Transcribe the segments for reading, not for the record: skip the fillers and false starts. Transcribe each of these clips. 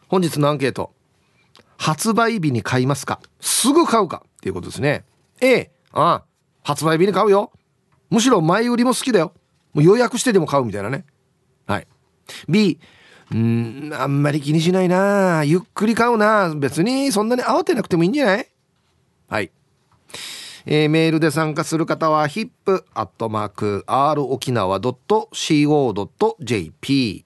本日のアンケート、発売日に買いますか、すぐ買うかっていうことですね。A、発売日に買うよ、むしろ前売りも好きだよ、もう予約してでも買うみたいなね。はい。 B、あんまり気にしないな、ゆっくり買うな、別にそんなに慌てなくてもいいんじゃない。はい。メールで参加する方は hip@rokinawa.co.jp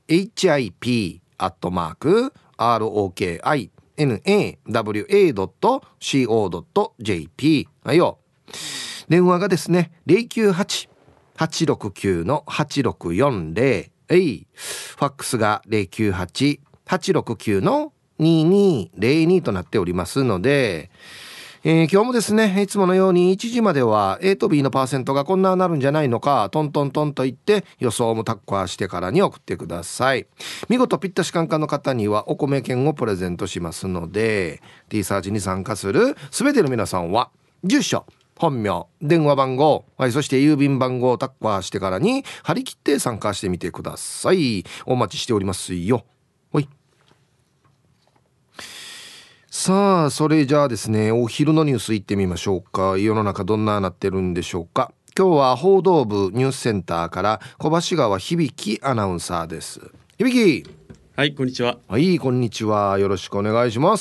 hip@rokinawa.co.jp はいよ。電話がですね 098-869-8640、 ファックスが 098-869-2202 となっておりますので、今日もですね、いつものように1時までは A と B のパーセントがこんななるんじゃないのか、トントントンと言って予想もタッカーしてからに送ってください。見事ピッタシカンカンの方にはお米券をプレゼントしますので、 T サーチに参加するすべての皆さんは住所、本名、電話番号、はい、そして郵便番号をタッカーしてからに張り切って参加してみてください。お待ちしておりますよ。ほい。さあ、それじゃあですね、お昼のニュースいってみましょうか。世の中どんななってるんでしょうか。今日は報道部ニュースセンターから小橋川響アナウンサーです。響。 はい、こんにちは。 はい、こんにちは、よろしくお願いします。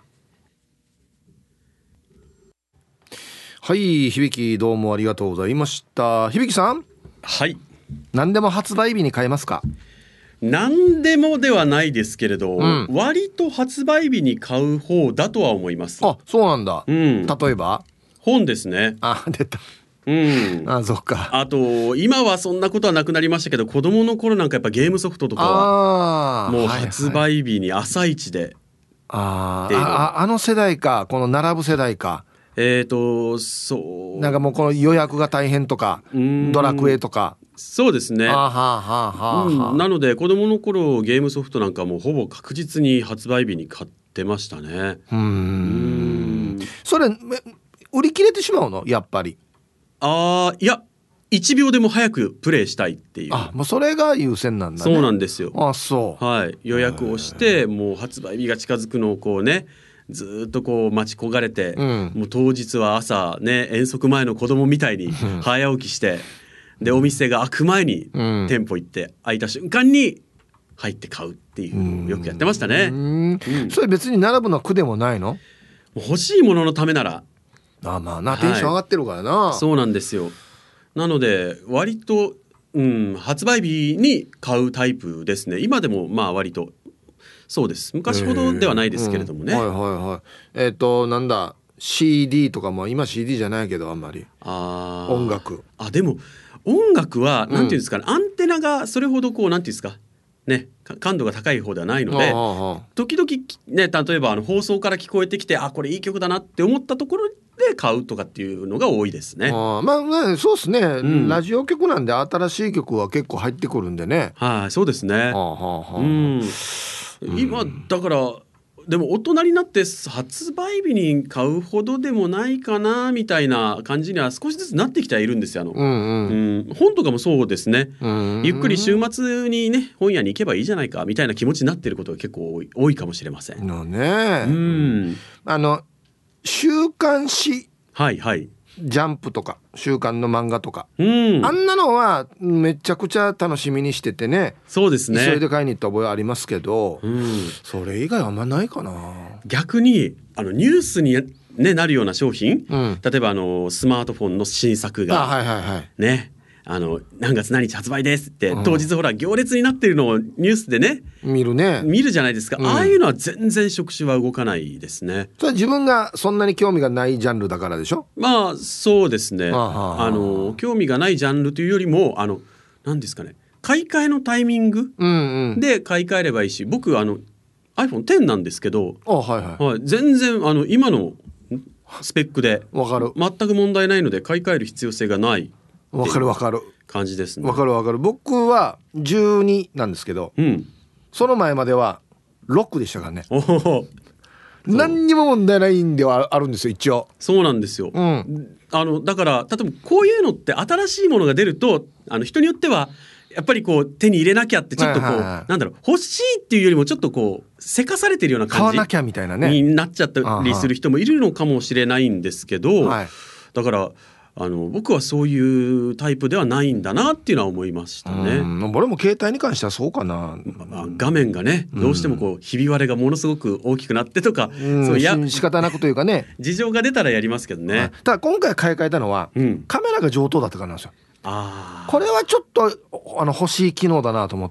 はい、響、どうもありがとうございました。響さん。 はい。 何でも発売日に買いますか。 何でもではないですけれど、割と発売日に買う方だとは思います。 あ、そうなんだ。例えば本ですね。 出た。 あ、 そっか。 あと今はそんなことはなくなりましたけど、子供の頃なんかやっぱゲームソフトとかはもう発売日に朝一で、 あの世代か、この並ぶ世代か。 そうなんかもうこの予約が大変とか、ドラクエとか。 そうですね。なので子供の頃ゲームソフトなんかもほぼ確実に発売日に買ってましたね。 それ売り切れてしまうの、やっぱり。 いや、1秒でも早くプレイしたいっていう。 もうそれが優先なんだね。 そうなんですよ。 そう。 はい、予約をしてもう発売日が近づくのをこうね、ずっとこう待ち焦がれて、もう当日は朝ね、遠足前の子供みたいに早起きしてでお店が開く前に店舗行って開いた瞬間に入って買うっていうのをよくやってましたね。 それ別に並ぶのは苦でもないの？ 欲しいもののためなら。 まあな、テンション上がってるからな。 そうなんですよ。なので割と、発売日に買うタイプですね。今でもまあ割とそうです。昔ほどではないですけれどもね。 なんだ CD とかも今 CD じゃないけどあんまり音楽。 でも音楽はなんていうんですかね、アンテナがそれほどこうなんていうんですかね、感度が高い方ではないので、時々ね、例えば放送から聞こえてきて、これいい曲だなって思ったところで買うとかっていうのが多いですね。 そうですね、ラジオ局なんで新しい曲は結構入ってくるんでね。 そうですね。今だからでも大人になって発売日に買うほどでもないかなみたいな感じには少しずつなってきてはいるんですよ。本とかもそうですね。ゆっくり週末にね、本屋に行けばいいじゃないかみたいな気持ちになっていることが結構多いかもしれません。 週刊誌、 はいはい、 ジャンプとか週刊の漫画とか、あんなのはめちゃくちゃ楽しみにしててね。そうですね。急いで買いに行った覚えありますけど、それ以外はあんまないかな。 逆にニュースに、なるような商品、例えばスマートフォンの新作がね、何月何日発売ですって当日ほら行列になってるのをニュースでね見るじゃないですか。ああいうのは全然触手は動かないですね。 それは自分がそんなに興味がないジャンルだからでしょ。 そうですね。興味がないジャンルというよりも何ですかね、買い替えのタイミングで買い替えればいいし、僕iPhone X なんですけど、全然今のスペックで全く問題ないので買い替える必要性がない。わかる感じですね。 わかる。僕は12なんですけど、その前までは6でしたからね。何にも問題ないんではあるんですよ一応。 そうなんですよ。だから例えばこういうのって新しいものが出ると人によってはやっぱりこう手に入れなきゃってちょっとこう、なんだろう、欲しいっていうよりもちょっとこうせかされてるような感じ買わなきゃみたいなねになっちゃったりする人もいるのかもしれないんですけど、だから僕はそういうタイプではないんだなっていうのは思いましたね。 俺も携帯に関してはそうかな、 画面がねどうしてもこうひび割れがものすごく大きくなってとか、そう仕方なくというかね事情が出たらやりますけどね。 ただ今回買い替えたのは、カメラが上等だったからなんですよ。これはちょっと欲しい機能だなと思って、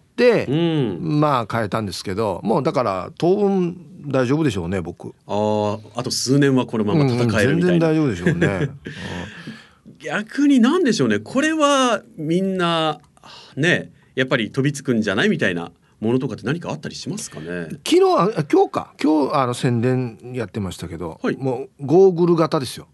まあ変えたんですけど、もうだから当分大丈夫でしょうね僕。 あと数年はこのまま戦えるみたいな、 全然大丈夫でしょうね。 逆になんでしょうね、これはみんなねやっぱり飛びつくんじゃないみたいなものとかって何かあったりしますかね。 今日宣伝やってましたけど、もうゴーグル型ですよ。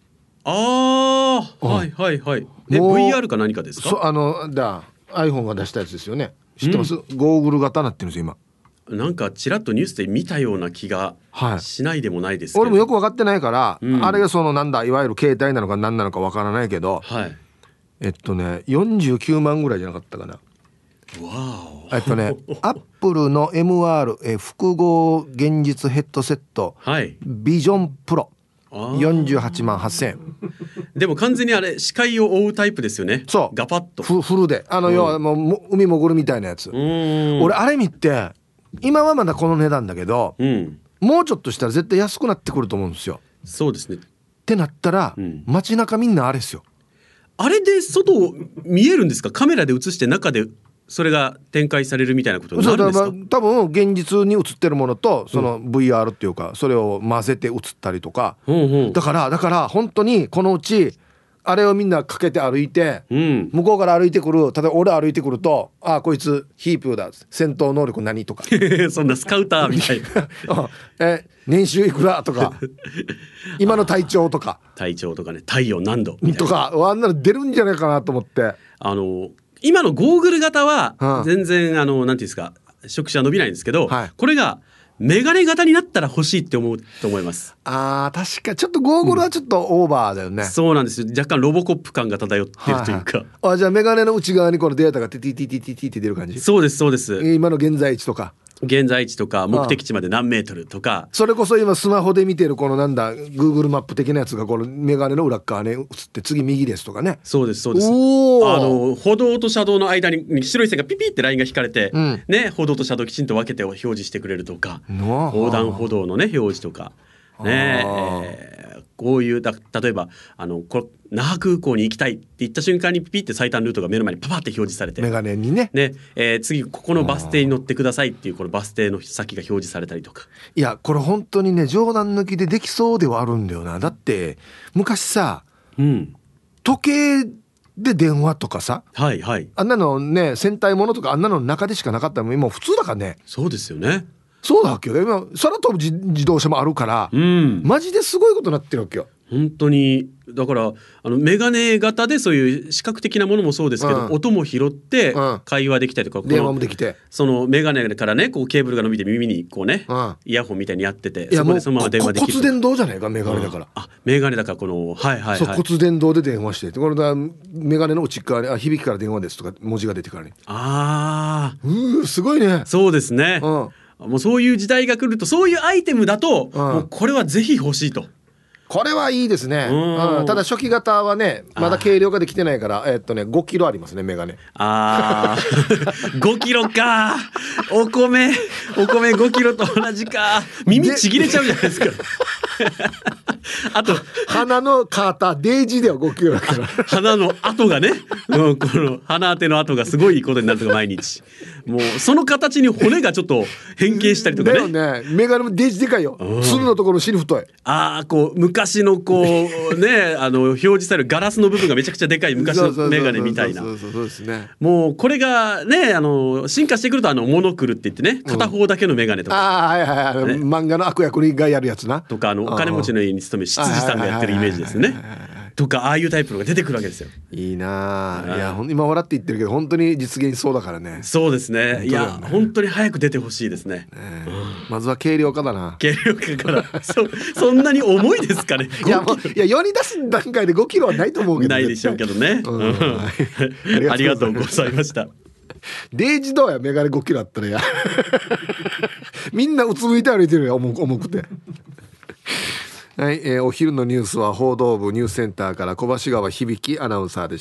はいはいはい。VR か何かですか。 iPhone が出したやつですよね。知ってます？ゴーグル型になってるんですよ今。 なんかちらっとニュースで見たような気がしないでもないですけど、 俺もよく分かってないから、あれがそのなんだいわゆる携帯なのか何なのか分からないけど、49万ぐらいじゃなかったかな。アップルの MR 複合現実ヘッドセット、ビジョンプロ48万8000円。 でも完全にあれ視界を覆うタイプですよね。そうガパッとフルで要はもう海潜るみたいなやつ。俺あれ見て今はまだこの値段だけど、もうちょっとしたら絶対安くなってくると思うんですよ。 そうですね。 ってなったら、街中みんなあれですよ。 あれで外見えるんですか。カメラで映して中でそれが展開されるみたいなことになるんですか。 多分現実に映ってるものとその VR っていうか、それを混ぜて映ったりとか、だから本当にこのうちあれをみんなかけて歩いて、向こうから歩いてくる、例えば俺歩いてくると、こいつヒープーだ、戦闘能力何とかそんなスカウターみたいな年収いくらとか今の体調とかね、体温何度みたいなとか、あんなの出るんじゃないかなと思って。 今のゴーグル型は全然なんていうんですか、触手は伸びないんですけど、これがメガネ型になったら欲しいって思うと思います。 確かちょっとゴーグルはちょっとオーバーだよね。 そうなんですよ。若干ロボコップ感が漂ってるというか、 じゃあメガネの内側にこのデータがティティティティティって出る感じ。 そうですそうです。 今の現在地とか目的地まで何メートルとか、 それこそ今スマホで見てるこのなんだ Google マップ的なやつがこのメガネの裏側に映って次右ですとかね。 そうですそうです。歩道と車道の間に白い線がピピってラインが引かれて、歩道と車道きちんと分けて表示してくれるとか、横断歩道のね表示とかこういう例えば那覇空港に行きたいって言った瞬間にピピって最短ルートが目の前にパパって表示されて、 メガネにね次ここのバス停に乗ってくださいっていうこのバス停の先が表示されたりとか。 いやこれ本当にね冗談抜きでできそうではあるんだよな。だって昔さ、時計で電話とかさ、あんなのね戦隊ものとかあんなの中でしかなかったのも今普通だからね。 そうですよね。 そうだっけよ。今空飛ぶ自動車もあるから、マジですごいことになってるわけよ。 本当にだからメガネ型でそういう視覚的なものもそうですけど、音も拾って会話できたりとか、 電話もできて、 そのメガネからねこうケーブルが伸びて耳にこうね、イヤホンみたいにやってて、そこでそのまま電話できる。 骨伝導じゃないかメガネだから。 メガネだからこのそう骨伝導で電話して、これだメガネの内側に響きから電話ですとか文字が出てからね。すごいね。 そうですね。もうそういう時代が来るとそういうアイテムだと、もうこれはぜひ欲しいと。 これはいいですね。ただ初期型はねまだ軽量化できてないから5キロありますねメガネ。 5キロか。お米5キロと同じか。耳ちぎれちゃうじゃないですか。あと鼻のカーターデイジーでは5キロだから鼻の跡がね、この鼻当ての跡がすごいことになるとか毎日。もうその形に骨がちょっと変形したりとかね。 だよね。メガネもデイジーでかいよ。鶴のところ尻太い。 こう昔のこうね表示されるガラスの部分がめちゃくちゃでかい昔のメガネみたいな。もうこれがね進化してくるとモノクルって言ってね片方だけのメガネとか、 漫画の悪役がやるやつなとかお金持ちの家に勤める執事さんがやってるイメージですね。とかああいうタイプのが出てくるわけですよ。 いいな。いや今笑って言ってるけど本当に実現しそうだからね。 そうですね。いや本当に早く出てほしいですね。 まずは軽量化だな。 軽量化からそんなに重いですかね。 いや世に出す段階で5キロはないと思うけど。 ないでしょうけどね。ありがとうございました。 デイジどうやメガネ5キロあったらやみんなうつむいて歩いてるよ、重くてはい、お昼のニュースは報道部ニュースセンターから小橋川響アナウンサーでした。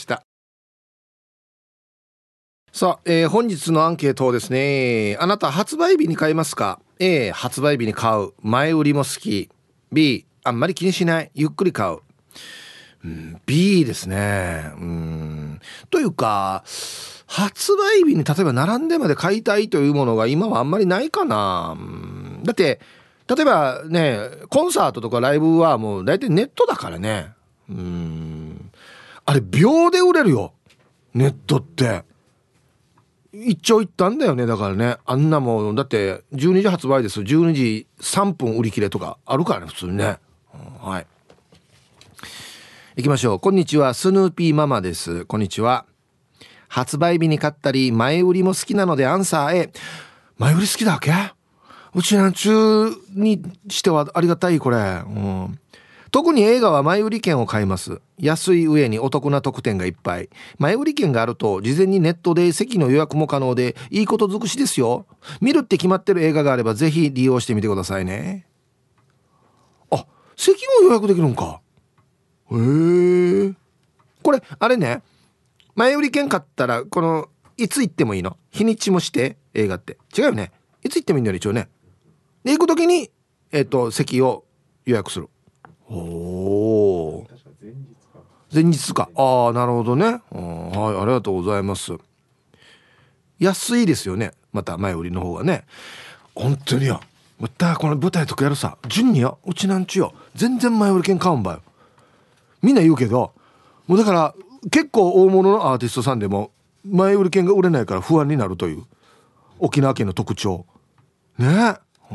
さあ、本日のアンケートをですね、あなた発売日に買いますか？ A 発売日に買う、前売りも好き。 B あんまり気にしない、ゆっくり買う。B ですね。というか発売日に例えば並んでまで買いたいというものが今はあんまりないかな。だって例えばね、コンサートとかライブはもう大体ネットだからね。あれ秒で売れるよ、ネットって。一長一短だよね。だからね、あんなもんだって12時発売です、12時3分売り切れとかあるからね、普通にね。はい、行きましょう。こんにちは、スヌーピーママです。こんにちは。発売日に買ったり前売りも好きなのでアンサー A。 前売り好きだっけ？うちなんちゅうにしてはありがたいこれ、特に映画は前売り券を買います。安い上にお得な特典がいっぱい。前売り券があると事前にネットで席の予約も可能でいいこと尽くしですよ。見るって決まってる映画があればぜひ利用してみてくださいね。あ、席も予約できるんか。へえ。これあれね、前売り券買ったらこのいつ行ってもいいの？日にちもして映画って違うよね。いつ行ってもいいんだよね、一応ね。で行く時に席を予約する。おお。前日か。ああ、なるほどね。はい、ありがとうございます。安いですよね、また前売りの方がね。本当によ、またこの舞台とかやるさ、順によ、うちなんちよ全然前売り券買うんばよ。みんな言うけど、もうだから結構大物のアーティストさんでも前売り券が売れないから不安になるという沖縄県の特徴ね。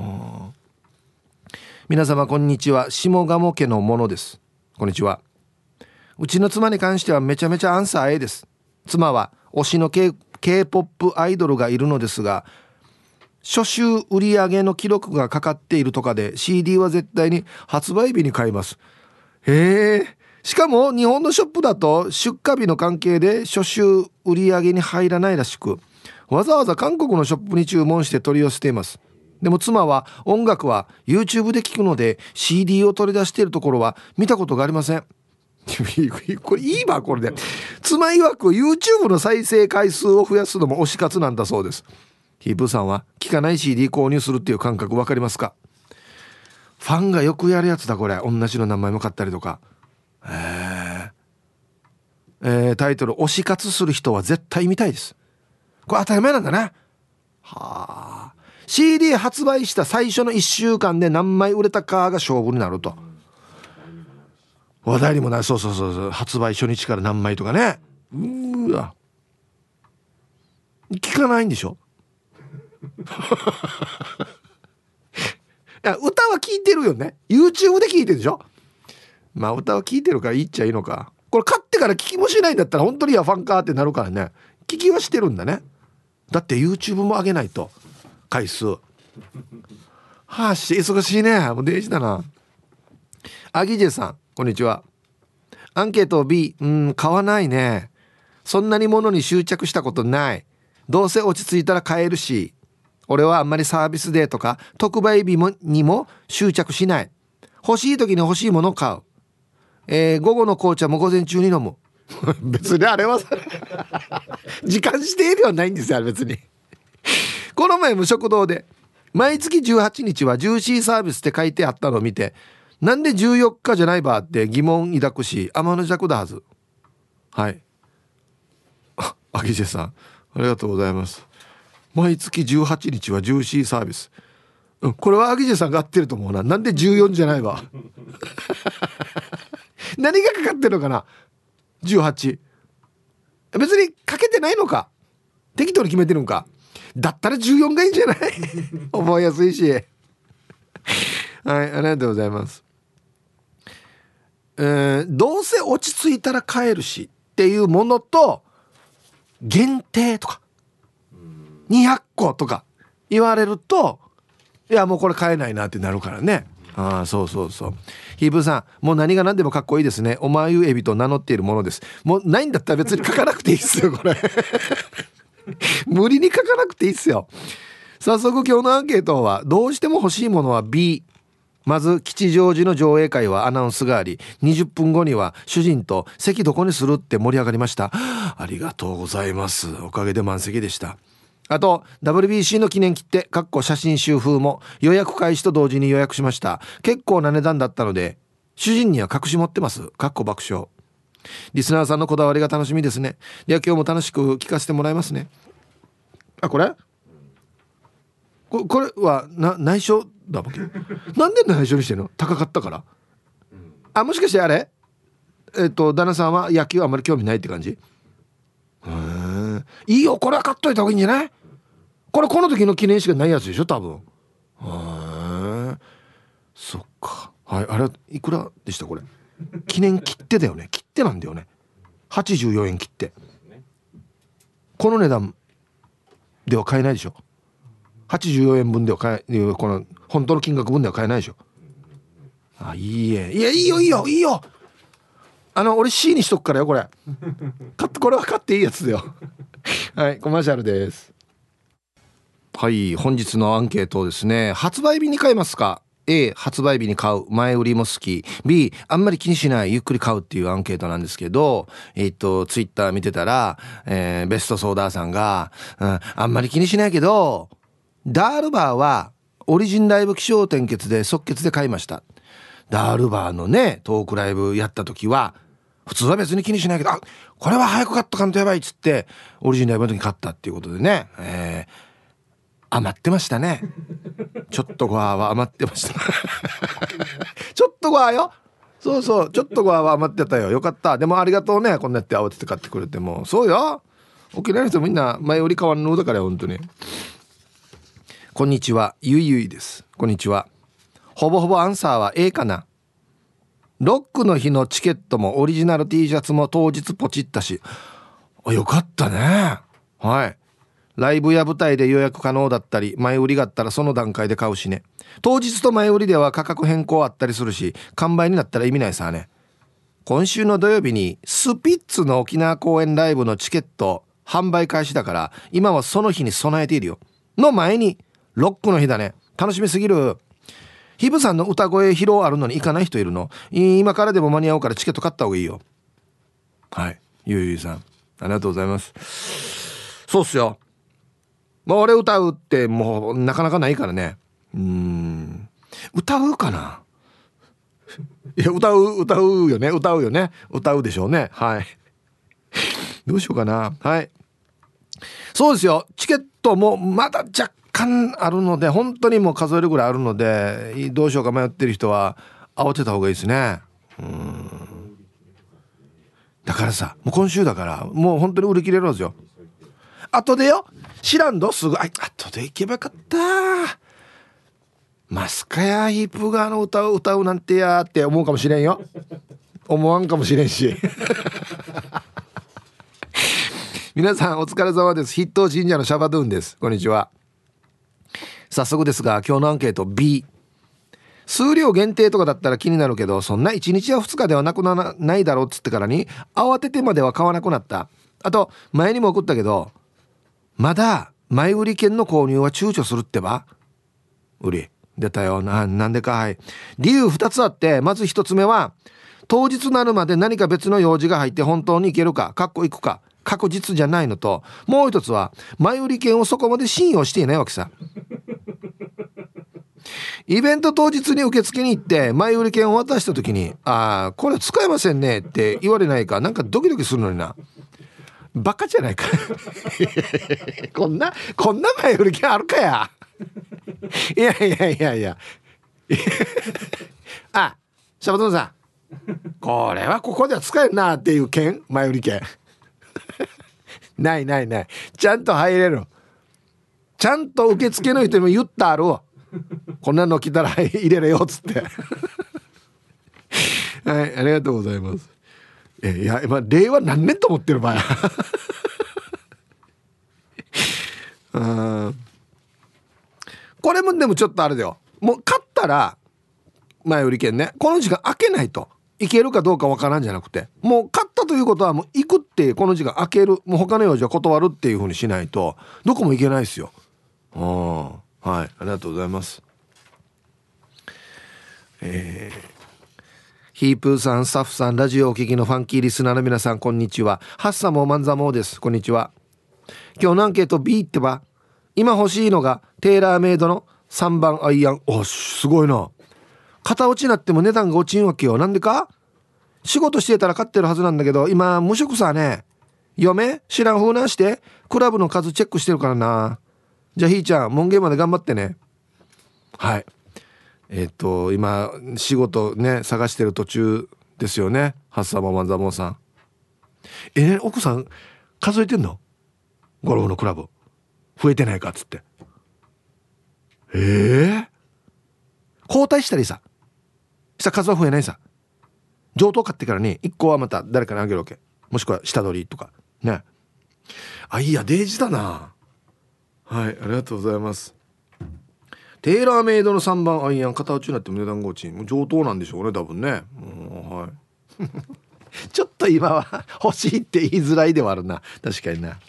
皆様こんにちは、下鴨家のものです。こんにちは。うちの妻に関してはめちゃめちゃアンサー A です。妻は推しの K-POP アイドルがいるのですが、初週売上の記録がかかっているとかで CD は絶対に発売日に買います。へえ。しかも日本のショップだと出荷日の関係で初週売上に入らないらしく、わざわざ韓国のショップに注文して取り寄せています。でも妻は音楽は YouTube で聴くので CD を取り出しているところは見たことがありません。これいいわこれで。妻曰く YouTube の再生回数を増やすのも推し活なんだそうです。ヒープーさんは聴かない CD 購入するっていう感覚分かりますか？ファンがよくやるやつだこれ。同じの名前も買ったりとか。タイトル推し活する人は絶対見たいです。これ当たり前なんだね。はあ。CD 発売した最初の1週間で何枚売れたかが勝負になると。話題にもなる。そう、発売初日から何枚とかね。うわ、聞かないんでしょいや歌は聞いてるよね。 YouTube で聞いてるでしょ。まあ歌は聞いてるから言っちゃいいのか。これ買ってから聞きもしないんだったら本当にはファンかってなるからね。聞きはしてるんだね。だって YouTube も上げないと回数。はあ、忙しいね。もうデイジだな。アギジェさんこんにちは。アンケート B。 買わないね。そんなに物に執着したことない。どうせ落ち着いたら買えるし。俺はあんまりサービスデーとか特売日にも執着しない。欲しい時に欲しいものを買う。午後の紅茶も午前中に飲む別にあれは時間指定ではないんですよ、別にこの前も食堂で毎月18日はジューシーサービスって書いてあったのを見て、なんで14日じゃないばって疑問抱くし、天の弱だはず。はい、アギジェさんありがとうございます。毎月18日はジューシーサービス、これはアギジェさんが合ってると思うな。なんで14じゃないわ何がかかってるのかな。18別にかけてないのか、適当に決めてるんか。だったら14がいいんじゃない覚えやすいしはい、ありがとうございます。どうせ落ち着いたら買えるしっていうものと、限定とか200個とか言われると、いやもうこれ買えないなってなるからね。ああ、そうヒーブーさんもう何が何でもかっこいいですね。おまゆエビと名乗っているものです。もうないんだったら別に書かなくていいですよこれ無理に書かなくていいっすよ。早速今日のアンケートは、どうしても欲しいものは B。まず吉祥寺の上映会はアナウンスがあり、20分後には主人と席どこにするって盛り上がりました。ありがとうございます。おかげで満席でした。あと WBC の記念切手写真集風も予約開始と同時に予約しました。結構な値段だったので主人には隠し持ってます。爆笑。リスナーさんのこだわりが楽しみですね。では今日も楽しく聞かせてもらいますね。あ、これは内緒だもん。なんで内緒にしてんの？高かったから。あ、もしかしてあれ旦那さんは野球あんまり興味ないって感じ？いいよ、これは買っといた方がいいんじゃない？この時の記念しかないやつでしょ多分。そっか。はい、あれいくらでした？これ記念切手だよね。切手なんだよね。84円切手。この値段では買えないでしょ。84円分では買え、この本当の金額分では買えないでしょ。あ、いいえ。いや、いいよいいよいいよ。俺 C にしとくからよ、これ。これは買っていいやつだよ。はい、コマーシャルです。はい、本日のアンケートですね。発売日に買いますか？ A、発売日に買う、前売りも好き。 B、あんまり気にしない、ゆっくり買うっていうアンケートなんですけど、ツイッター見てたら、ベストソーダーさんが、あんまり気にしないけどダールバーはオリジンライブ起承転結で即決で買いました。ダールバーのねトークライブやった時は普通は別に気にしないけど、これは早く買っとかんとやばいっつってオリジンライブの時に買ったっていうことでね、余ってましたね。ちょっとごわは余ってました。ちょっとごわよ。そうそう、ちょっとごわは余ってたよ。よかった。でもありがとうね、こんなやって慌てて買ってくれて。もそうよ、沖縄の人みんな前より変わんのだからよ、本当に。こんにちは、ゆいゆいです。こんにちは。ほぼほぼアンサーは A かな。ロックの日のチケットもオリジナル T シャツも当日ポチったし、よかったね。はい。ライブや舞台で予約可能だったり、前売りがあったらその段階で買うしね。当日と前売りでは価格変更あったりするし、完売になったら意味ないさね。今週の土曜日にスピッツの沖縄公演ライブのチケット販売開始だから、今はその日に備えているよ。の前にロックの日だね。楽しみすぎる。ヒブさんの歌声披露あるのに行かない人いるの？今からでも間に合うからチケット買った方がいいよ。はい、ゆうゆうさんありがとうございます。そうっすよ。まあ俺歌うってもうなかなかないからね。歌うかな。いや歌うよね。歌うよね。歌うでしょうね。はい。どうしようかな。はい。そうですよ。チケットもまだ若干あるので、本当にもう数えるぐらいあるので、どうしようか迷ってる人は慌てた方がいいですね。だからさ、もう今週だからもう本当に売り切れるんですよ。後でよ、知らんどすぐ後で行けばよかった。マスカヤヒップガーの歌を歌うなんてやって思うかもしれんよ。思わんかもしれんし。皆さんお疲れ様です。筆頭神社のシャバドゥンです。こんにちは。早速ですが今日のアンケート B。 数量限定とかだったら気になるけど、そんな1日や2日ではなくならないだろうっつってからに慌ててまでは買わなくなった。あと前にも送ったけど、まだ前売り券の購入は躊躇するってば。売り出たよ。なんでか。はい、理由2つあって、まず1つ目は当日なるまで何か別の用事が入って本当に行けるか行くか確実じゃないのと、もう一つは前売り券をそこまで信用していないわけさ。イベント当日に受付に行って前売り券を渡した時に、これ使えませんねって言われないか、なんかドキドキするのにな。バカじゃないか。こんな前売り券あるかや。いやシャバトンさん、これはここでは使えるなっていう券、前売り券。ないちゃんと入れる。ちゃんと受付の人にも言ったあるわ。こんなの来たら入れるよっつって。はい、ありがとうございます。いや、令和何年と思ってる場合。これもでもちょっとあれだよ。もう買ったら前売り券ね、この時間開けないといけるかどうかわからんじゃなくて、もう買ったということはもう行くっってこの時間開ける、もう他の用事は断るっていう風にしないとどこも行けないですよ。はい、ありがとうございます。ヒープーさん、スタッフさん、ラジオをお聞きのファンキーリスナーの皆さん、こんにちは。ハッサモーマンザモーです。こんにちは。今日のアンケート B ってば、今欲しいのがテーラーメイドの3番アイアン。お、すごいな。片落ちになっても値段が落ちんわけよ。なんでか、仕事してたら買ってるはずなんだけど、今無職さね。嫁知らん風なしてクラブの数チェックしてるからな。じゃあひーちゃん、門限まで頑張ってね。はい、今仕事ね探してる途中ですよね。ハッサママンザモンさん。奥さん数えてんの？ゴルフのクラブ増えてないかっつって。交代したりさ、した数は増えないさ。上等買ってからね、1個はまた誰かにあげるわけ。もしくは下取りとかね。あ、いやデージだな。はい、ありがとうございます。テーラーメイドの3番アイアン、片打ちになっても値段が落ちん。もう上等なんでしょうね多分ね。はい。ちょっと今は欲しいって言いづらいではあるな、確かにな。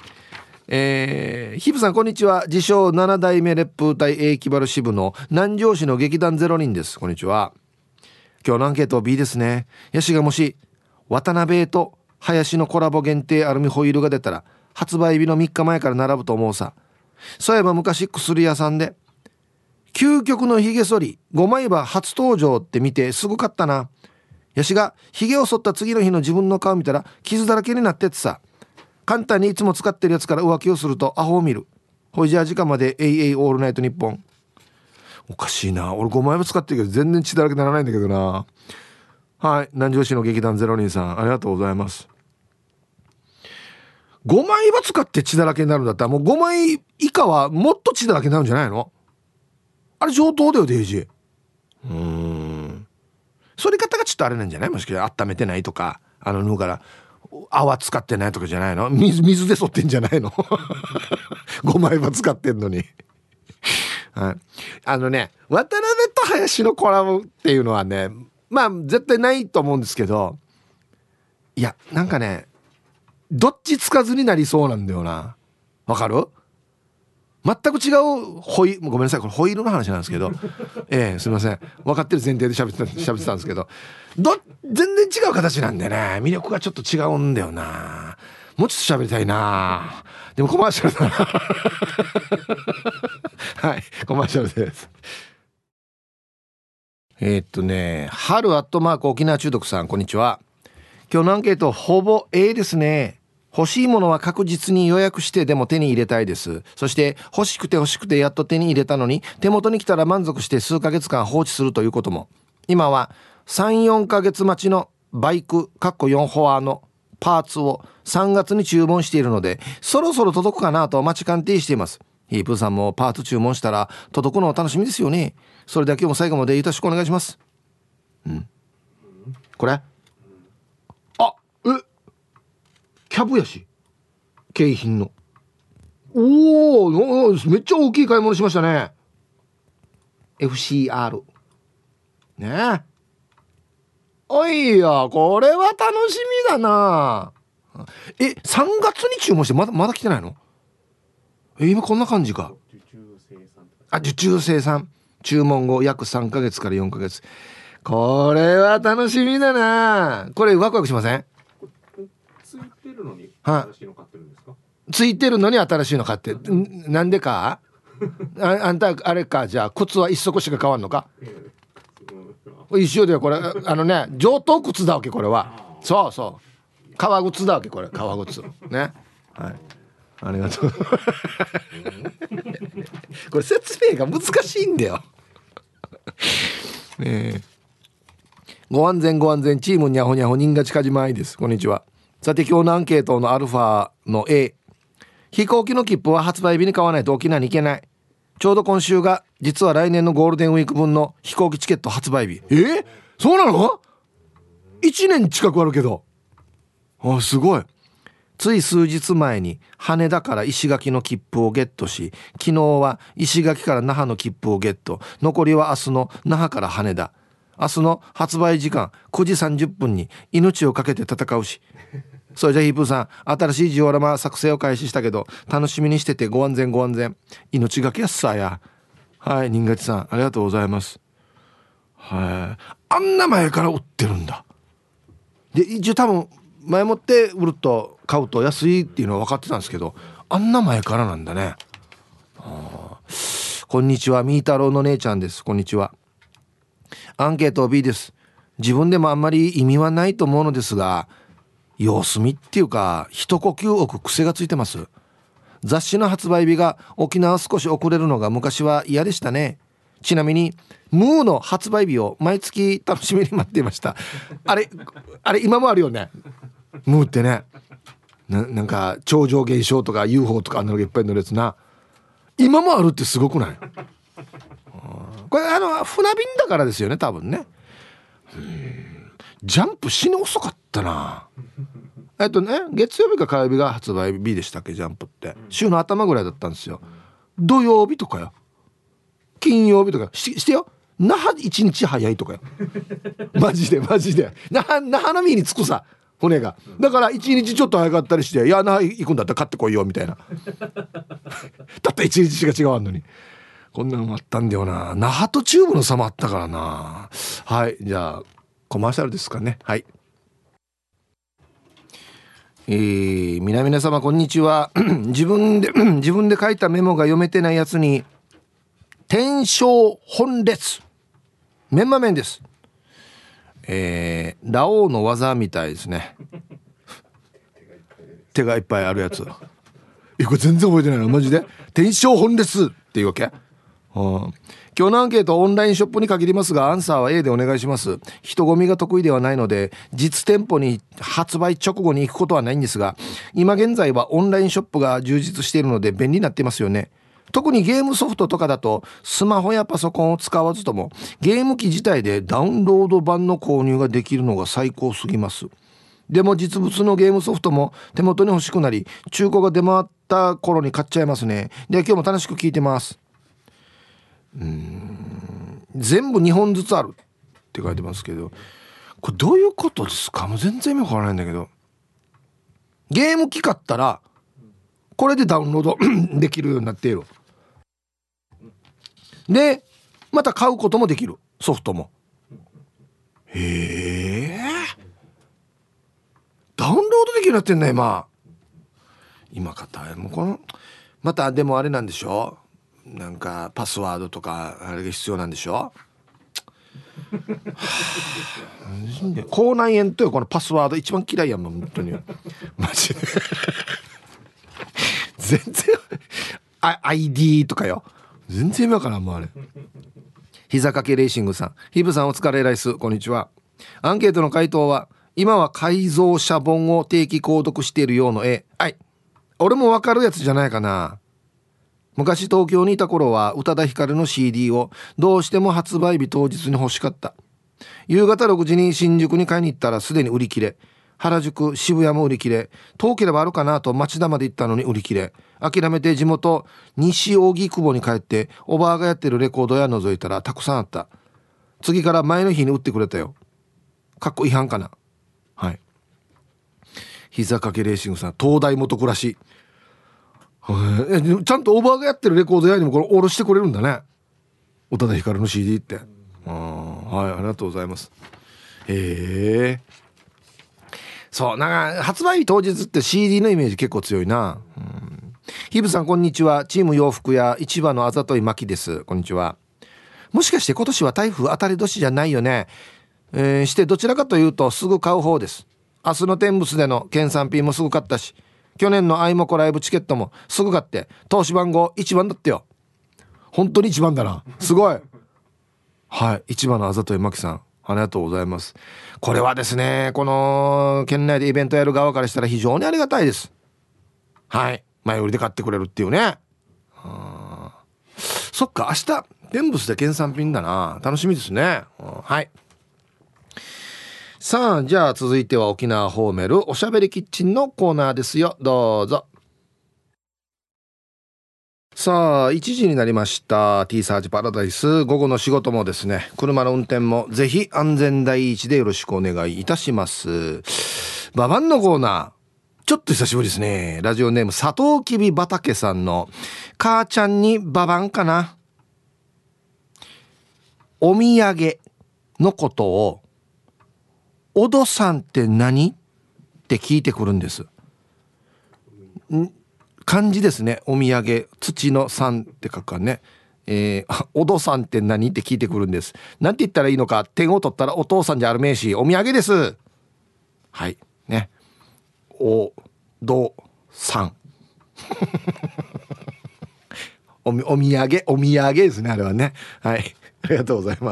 ヒブさんこんにちは。自称7代目烈風隊 A キバル支部の南城市の劇団0人です。こんにちは。今日のアンケート B ですね。ヤシがもし渡辺と林のコラボ限定アルミホイルが出たら発売日の3日前から並ぶと思うさ。そういえば昔薬屋さんで究極のヒゲ剃り5枚刃初登場って見てすぐ買ったな。ヤシがヒゲを剃った次の日の自分の顔見たら傷だらけになってってさ。簡単にいつも使ってるやつから浮気をするとアホを見る。ほいじゃあ時間まで AA オールナイトニッポン。おかしいな、俺5枚刃使ってるけど全然血だらけにならないんだけどな。はい、南城市の劇団0人さんありがとうございます。5枚刃使って血だらけになるんだったらもう5枚以下はもっと血だらけになるんじゃないの？あれ上等だよデイジー。剃り方がちょっとあれなんじゃない？もしかして温めてないとか縫うから泡使ってないとかじゃないの？水で剃ってんじゃないの5枚刃使ってんのにはい、渡辺と林のコラボっていうのはね、まあ絶対ないと思うんですけど、いやなんかねどっちつかずになりそうなんだよな。わかる？全く違うごめんなさい、これホイールの話なんですけどすいません、分かってる前提で喋ってたんですけど、全然違う形なんでね、魅力がちょっと違うんだよな。もうちょっと喋りたいな。でもコマーシャルだなはい、コマーシャルです。春アットマーク沖縄中毒さんこんにちは。今日のアンケートほぼ A ですね。欲しいものは確実に予約してでも手に入れたいです。そして欲しくてやっと手に入れたのに手元に来たら満足して数ヶ月間放置するということも。今は 3,4 ヶ月待ちのバイク4フォアのパーツを3月に注文しているのでそろそろ届くかなと待ち鑑定しています。ヒープーさんもパーツ注文したら届くのを楽しみですよね。それでは今日も最後までよろしくお願いします。これキャブやし景品のめっちゃ大きい買い物しましたね。 FCR ねえ。おいやこれは楽しみだな。3月に注文してまだ来てないの？今こんな感じか。受注生産注文後約3ヶ月から4ヶ月。これは楽しみだな。これワクワクしません？ ついてるのに新しいの買ってるんですか？ ついてるのに新しいの買ってなんでかあんたあれか、じゃあ靴は一足しか変わんのか？一緒だよこれ上等靴だわけこれは。そう革靴だわけこれ、革靴ね。はい、ありがとうこれ説明が難しいんだよご安全チームにゃほにゃほ人が近じまいです。こんにちは。さて今日のアンケートのアルファの A、 飛行機の切符は発売日に買わないと沖縄に行けない。ちょうど今週が実は来年のゴールデンウィーク分の飛行機チケット発売日。そうなの？1年近くあるけど。すごい。つい数日前に羽田から石垣の切符をゲットし、昨日は石垣から那覇の切符をゲット。残りは明日の那覇から羽田。明日の発売時間9時30分に命をかけて戦うし、 それじゃヒープーさん、新しいジオラマ作成を開始したけど楽しみにしてて、ご安全ご安全。命がけやっさや。はい、人勝さんありがとうございます。はい、あんな前から売ってるんだ。で一応多分前もって売ると買うと安いっていうのは分かってたんですけど、あんな前からなんだね。こんにちは、みーたろうの姉ちゃんです。こんにちは。アンケート B です。自分でもあんまり意味はないと思うのですが、様子見っていうか一呼吸置く癖がついてます。雑誌の発売日が沖縄少し遅れるのが昔は嫌でしたね。ちなみにムーの発売日を毎月楽しみに待っていました。あれ今もあるよね、ムーってね。なんか超常現象とか UFO とかあんなのがいっぱい乗るやつな、今もあるってすごくない？これ船便だからですよね多分ね。ジャンプ死に遅かったな。月曜日か火曜日が発売日でしたっけ、ジャンプって週の頭ぐらいだったんですよ。土曜日とかよ、金曜日とかしてよ、那覇1日早いとかよマジで那覇の海に着くさ、船が。だから1日ちょっと早かったりして、いや那覇行くんだったら買ってこいよみたいなたった1日しか違わんのに、こんなのもあったんだよな。那覇と中部の差もあったからな。はい、じゃあコマーシャルですかね。はい。皆様こんにちは自分で書いたメモが読めてないやつに天正本列メンマメンです。ラオウの技みたいですね手がいっぱいあるやつ。これ全然覚えてないのマジで。天正本列っていうわけ。今日のアンケートオンラインショップに限りますが、アンサーは A でお願いします。人混みが得意ではないので実店舗に発売直後に行くことはないんですが、今現在はオンラインショップが充実しているので便利になっていますよね。特にゲームソフトとかだとスマホやパソコンを使わずともゲーム機自体でダウンロード版の購入ができるのが最高すぎます。でも実物のゲームソフトも手元に欲しくなり中古が出回った頃に買っちゃいますね。で今日も楽しく聞いてます。全部2本ずつあるって書いてますけど、これどういうことですか？もう全然意味わからないんだけど、ゲーム機買ったらこれでダウンロードできるようになっている。でまた買うこともできる、ソフトも。ダウンロードできるようになってんね今方もうこのまたでもあれなんでしょ、なんかパスワードとかあれが必要なんでしょ口内炎というこのパスワード一番嫌いやもん本当にマジで全然ID とかよ全然今からもうあれ。膝掛けレーシングさん、ヒブさんお疲れライス、こんにちは。アンケートの回答は今は改造車本を定期購読しているようの絵。はい、俺もわかるやつじゃないかな。昔東京にいた頃は宇多田ヒカルの CD をどうしても発売日当日に欲しかった。夕方6時に新宿に買いに行ったらすでに売り切れ、原宿渋谷も売り切れ、遠ければあるかなと町田まで行ったのに売り切れ、諦めて地元西荻窪に帰っておばあがやってるレコード屋覗いたらたくさんあった。次から前の日に売ってくれたよ。かっこ違反かな。はい。膝掛けレーシングさん、東大元暮らし。ちゃんとおばあがやってるレコード屋にもこれ下ろしてくれるんだね、宇多田ヒカルの CD って。はい、ありがとうございます。そうなんか発売日当日って CD のイメージ結構強いな。ヒブさんこんにちは。チーム洋服屋市場のあざといまきです。こんにちは。もしかして今年は台風当たり年じゃないよね。してどちらかというとすぐ買う方です。明日の天仏での県産品もすぐ買ったし、去年のアイモコライブチケットもすぐ買って投資番号1番だってよ。本当に1番だな、すごい。はい、市場のあざといまきさんありがとうございます。これはですね、この県内でイベントやる側からしたら非常にありがたいです。はい、前売りで買ってくれるっていうね。そっか、明日天仏で県産品だな、楽しみですね。はい。さあじゃあ続いては沖縄ホーメルおしゃべりキッチンのコーナーですよ、どうぞ。さあ1時になりました。 T サージパラダイス、午後の仕事もですね、車の運転もぜひ安全第一でよろしくお願いいたします。ババンのコーナちょっと久しぶりですね。ラジオネーム佐藤きび畑さんの母ちゃんにババンかな。お土産のことをおどさんって何って聞いてくるんです。漢字ですね。お土産、土のさんって書くからね。おどさんって何って聞いてくるんです。なんて言ったらいいのか。点を取ったらお父さんじゃあるめえし、お土産です。はいね。おどさんお土産ですね、あれはね。はい、ありがとうございます。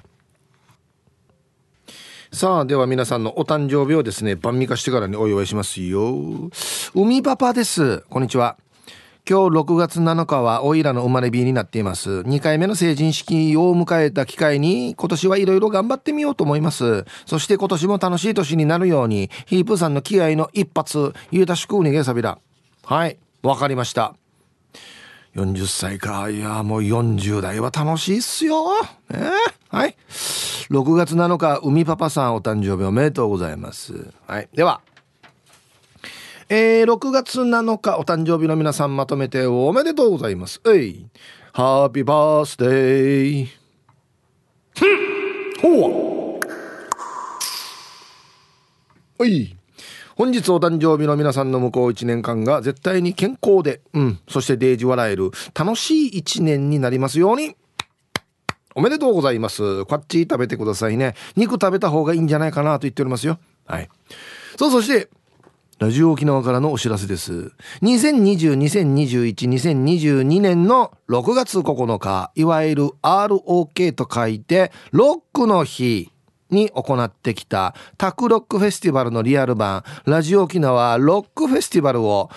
さあ、では皆さんのお誕生日をですね、晩御飯してからにお祝いしますよ。海パパです。こんにちは。今日6月7日はおいらの生まれ日になっています。2回目の成人式を迎えた機会に今年はいろいろ頑張ってみようと思います。そして今年も楽しい年になるようにヒープさんの気合の一発ゆうたしくうにげさびら。はい、わかりました。40歳か。いやもう40代は楽しいっすよ、はい、6月7日海パパさんお誕生日おめでとうございます。はい、では6月7日お誕生日の皆さんまとめておめでとうございます。ハッピーバースデー。ほう本日お誕生日の皆さんの向こう1年間が絶対に健康で、そしてデージ笑える楽しい1年になりますように。おめでとうございます。こっち食べてくださいね。肉食べた方がいいんじゃないかなと言っておりますよ。はい。そしてラジオ沖縄からのお知らせです。2020、2021、2022年の6月9日、いわゆる ROK と書いてロックの日に行ってきたタクロックフェスティバルのリアル版ラジオ沖縄ロックフェスティバルを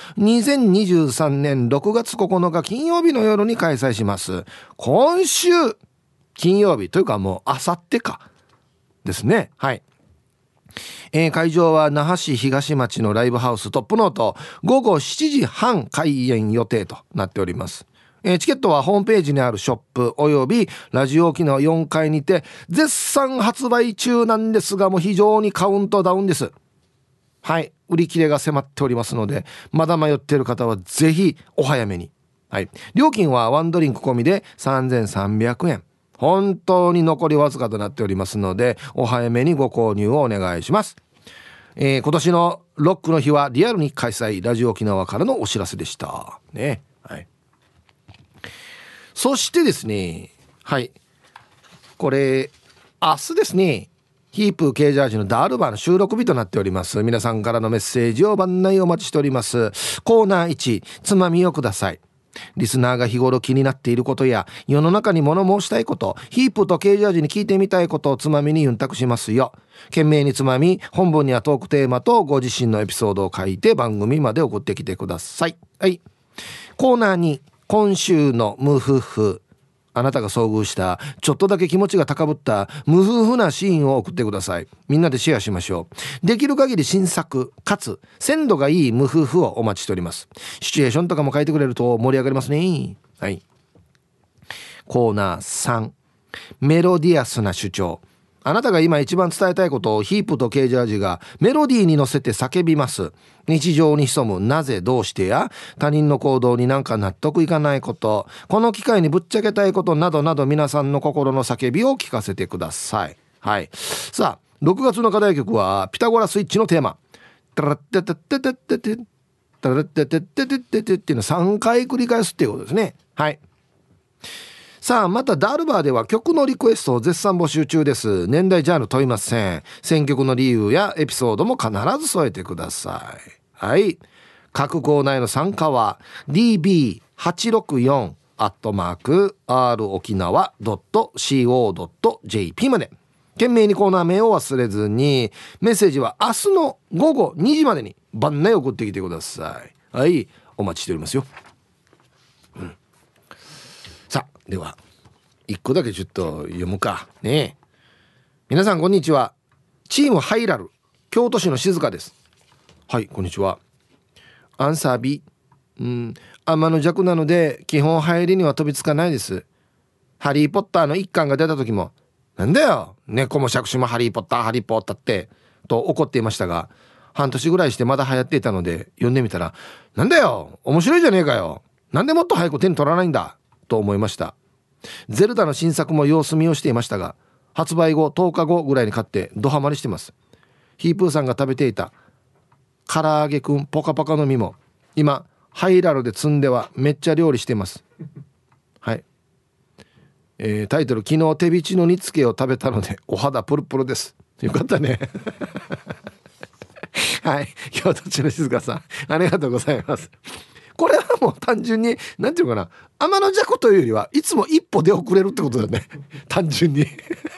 2023年6月9日金曜日の夜に開催します。今週金曜日というかもうあさってかですね。はい。会場は那覇市東町のライブハウストップノート、午後7時半開演予定となっております。チケットはホームページにあるショップおよびラジオ沖縄4階にて絶賛発売中なんですが、もう非常にカウントダウンです。はい、売り切れが迫っておりますので、まだ迷っている方はぜひお早めに。はい、料金はワンドリンク込みで3300円。本当に残りわずかとなっておりますので、お早めにご購入をお願いします。今年のロックの日はリアルに開催、ラジオ沖縄からのお知らせでしたね。はい、そしてですね、はい、これ明日ですね、ヒープ K ジャージのダールバーの収録日となっております。皆さんからのメッセージを番内お待ちしております。コーナー1、つまみをください。リスナーが日頃気になっていることや世の中に物申したいこと、ヒープとケージャージに聞いてみたいことをつまみにユンタクしますよ。懸命につまみ、本文にはトークテーマとご自身のエピソードを書いて番組まで送ってきてください。はい。コーナーに今週のムフフ、あなたが遭遇したちょっとだけ気持ちが高ぶった無夫婦なシーンを送ってください。みんなでシェアしましょう。できる限り新作かつ鮮度がいい無夫婦をお待ちしております。シチュエーションとかも書いてくれると盛り上がりますね。はい。コーナー3、メロディアスな主張。あなたが今一番伝えたいことをヒープとケージャージがメロディーに乗せて叫びます。日常に潜むなぜどうしてや他人の行動になんか納得いかないこと、この機会にぶっちゃけたいことなどなど、皆さんの心の叫びを聞かせてください。はい。さあ、6月の課題曲はピタゴラスイッチのテーマ、タラッテテテテテテタラッテテテテテテっていうのを3回繰り返すっていうことですね。はい。さあ、またダールバーでは曲のリクエストを絶賛募集中です。年代ジャンル問いません。選曲の理由やエピソードも必ず添えてください。はい。各コーナーへの参加は db864@r 沖縄 .co.jp まで。懸命にコーナー名を忘れずに、メッセージは明日の午後2時までに番内送ってきてください。はい、お待ちしておりますよ。さあ、では一個だけちょっと読むかね。皆さんこんにちは。チームハイラル京都市の静香です。はい、こんにちは。アンサー B。 天の弱なので基本入りには飛びつかないです。ハリーポッターの一巻が出た時も、なんだよ猫も杓子もハリーポッターってと怒っていましたが、 半年ぐらいしてまだ流行っていたので読んでみたら、なんだよ面白いじゃねえかよ、なんでもっと早く手に取らないんだと思いました。ゼルダの新作も様子見をしていましたが、発売後10日後ぐらいに買ってドハマりしてます。ヒープーさんが食べていた唐揚げくんポカポカの実も今ハイラルで積んではめっちゃ料理していますはい、タイトル、昨日手びちの煮付けを食べたのでお肌プルプルです。よかったねはい、京都市の静香さんありがとうございます。これはもう単純になんていうのかな、天の弱というよりはいつも一歩出遅れるってことだね単純に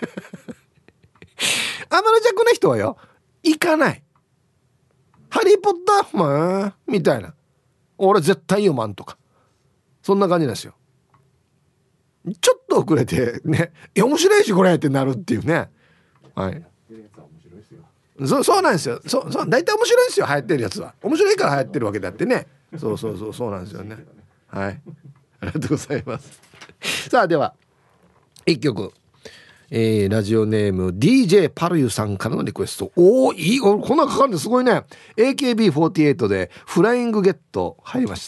天の弱な人はよ行かない、ハリーポッターまあみたいな、俺絶対読まんとかそんな感じなんですよ。ちょっと遅れてね、面白いしこれってなるっていうね。はい、そうなんですよ。そう大体面白いですよ、流行ってるやつは面白いから流行ってるわけだってね。そうなんですよね。はい、ありがとうございますさあでは一曲、ラジオネーム DJ パルユさんからのリクエスト。いい、こんなかかるんですごいね。 AKB48 でフライングゲット入りました。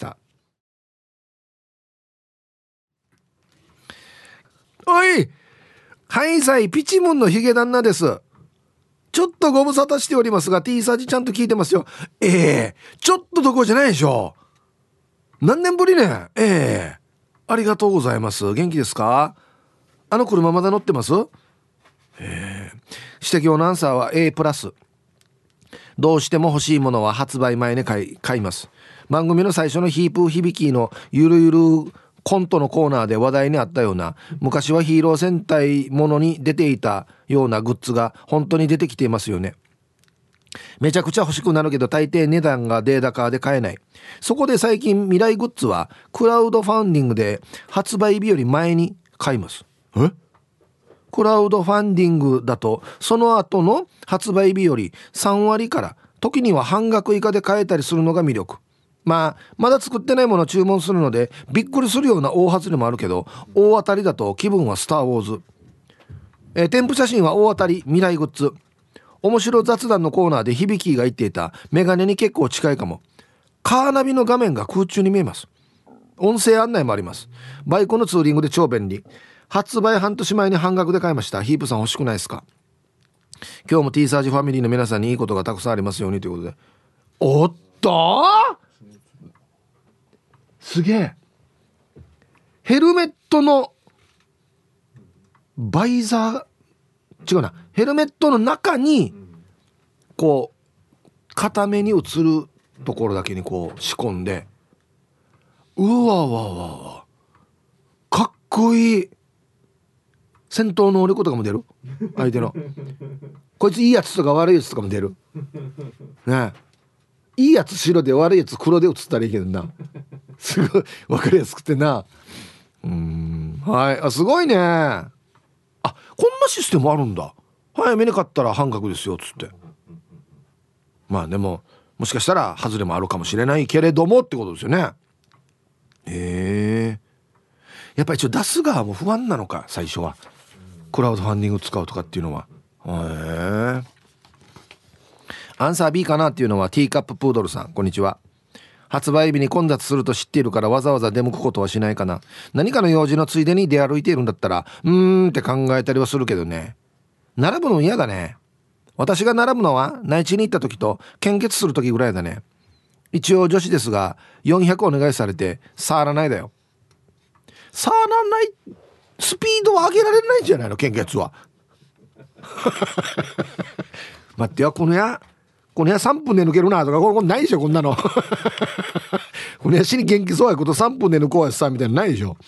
おい、はいさい、ピチムンのヒゲ旦那です。ちょっとご無沙汰しておりますが T サージちゃんと聞いてますよ。ちょっとどころじゃないでしょ、何年ぶりね。ありがとうございます。元気ですか？あの車まだ乗ってます？指摘アナウンサーは A プラス。どうしても欲しいものは発売前に買います。番組の最初のヒープー響きのゆるゆるコントのコーナーで話題にあったような、昔はヒーロー戦隊ものに出ていたようなグッズが本当に出てきていますよね。めちゃくちゃ欲しくなるけど大抵値段がデータ化で買えない。そこで最近未来グッズはクラウドファンディングで発売日より前に買います。クラウドファンディングだとその後の発売日より3割から時には半額以下で買えたりするのが魅力。まだ作ってないものを注文するのでびっくりするような大外れもあるけど、大当たりだと気分はスターウォーズ。添付写真は大当たり未来グッズ。面白雑談のコーナーで響きが言っていたメガネに結構近いかも。カーナビの画面が空中に見えます。音声案内もあります。バイクのツーリングで超便利。発売半年前に半額で買いました。ヒープさん欲しくないですか？今日も T サージファミリーの皆さんにいいことがたくさんありますようにということで。おっとすげえ。ヘルメットのバイザー違うな、ヘルメットの中にこう片目に映るところだけにこう仕込んで、うわかっこいい。戦闘能力とかも出る、相手のこいついいやつとか悪いやつとかも出るね。いいやつ白で悪いやつ黒で映ったらいいけどな、すごい分かりやすくてな。はい、すごいね。こんなシステムあるんだ。早めに買ったら半額ですよっつって。でももしかしたら外れもあるかもしれないけれどもってことですよね。やっぱり一応出す側も不安なのか、最初はクラウドファンディング使うとかっていうのは。アンサー B かなっていうのはティーカッププードルさん、こんにちは。発売日に混雑すると知っているからわざわざ出向くことはしないかな。何かの用事のついでに出歩いているんだったらって考えたりはするけどね。並ぶの嫌だね。私が並ぶのは内地に行った時と献血する時ぐらいだね。一応女子ですが400お願いされて触らないだよ。触らないスピードは上げられないんじゃないの、献血は待ってよ、この部屋3分で抜けるなとかこれないでしょ、こんなのこの部屋死に元気そうやこと3分で抜こうやさみたいなのないでしょ。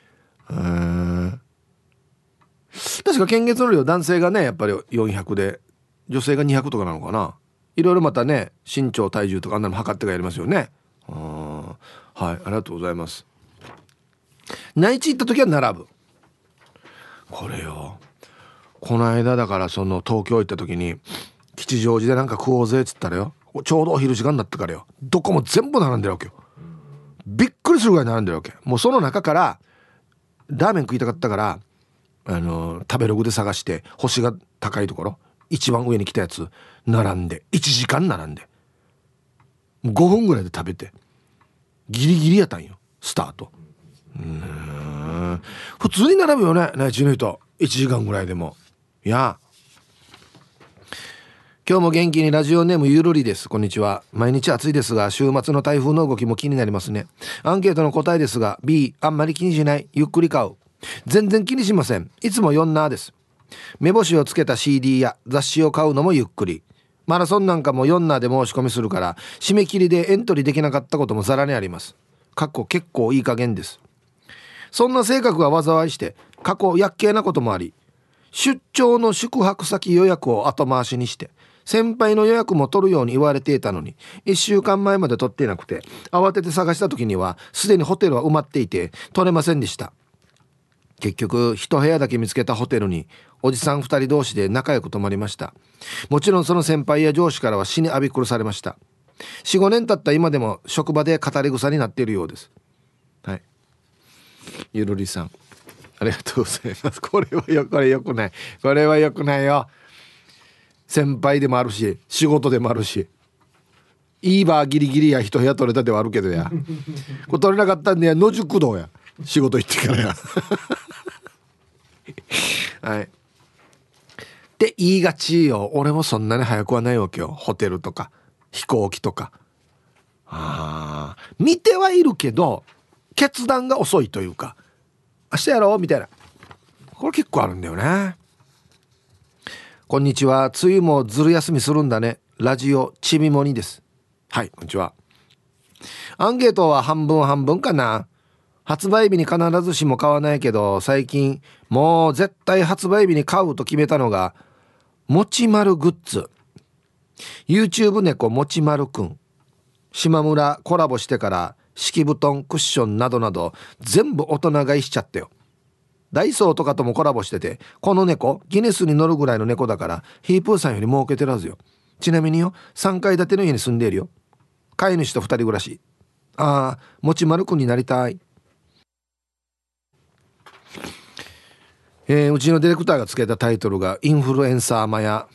確か献血の量男性がねやっぱり400で女性が200とかなのかな。いろいろまたね身長体重とかあんなの測ってからやりますよね。はい、ありがとうございます。内地行った時は並ぶ。これよ、この間だからその東京行った時に吉祥寺でなんか食おうぜっつったらよ、ちょうどお昼時間になったからよ、どこも全部並んでるわけよ。びっくりするぐらい並んでるわけ。もうその中からラーメン食いたかったから食べログで探して星が高いところ一番上に来たやつ並んで1時間並んで5分ぐらいで食べてギリギリやったんよスタート。普通に並ぶよね内地の人1時間ぐらいでも。いや今日も元気にラジオネームゆるりです。こんにちは。毎日暑いですが週末の台風の動きも気になりますね。アンケートの答えですが B あんまり気にしないゆっくり買う。全然気にしません。いつも4ナーです。目星をつけた CD や雑誌を買うのもゆっくり。マラソンなんかも4ナーで申し込みするから締め切りでエントリーできなかったこともざらにあります。結構いい加減です。そんな性格が災いして過去厄介なこともあり、出張の宿泊先予約を後回しにして先輩の予約も取るように言われていたのに1週間前まで取っていなくて、慌てて探した時にはすでにホテルは埋まっていて取れませんでした。結局一部屋だけ見つけたホテルにおじさん2人同士で仲良く泊まりました。もちろんその先輩や上司からは死に浴び殺されました。 4,5 年経った今でも職場で語り草になっているようです。はい、ゆるりさんありがとうございます。これはよくない。これはよくないよ。先輩でもあるし仕事でもあるし、いいバーギリギリや一部屋取れたではあるけどやこれ取れなかったんで野宿道や仕事行ってからやはいって言いがちよ。俺もそんなに早くはないわけよ。ホテルとか飛行機とか見てはいるけど決断が遅いというか、明日やろうみたいな、これ結構あるんだよね。こんにちは。梅雨もずる休みするんだね。ラジオちみもにです。はい、こんにちは。アンケートは半分半分かな。発売日に必ずしも買わないけど、最近もう絶対発売日に買うと決めたのがもちまるグッズ。 YouTube 猫もちまるくん、島村コラボしてから敷布団クッションなどなど全部大人買いしちゃったよ。ダイソーとかともコラボしてて、この猫ギネスに乗るぐらいの猫だからヒープーさんより儲けてるはずよ。ちなみによ、3階建ての家に住んでいるよ。飼い主と2人暮らし。もちまるくんになりたい。うちのディレクターがつけたタイトルがインフルエンサーマヤ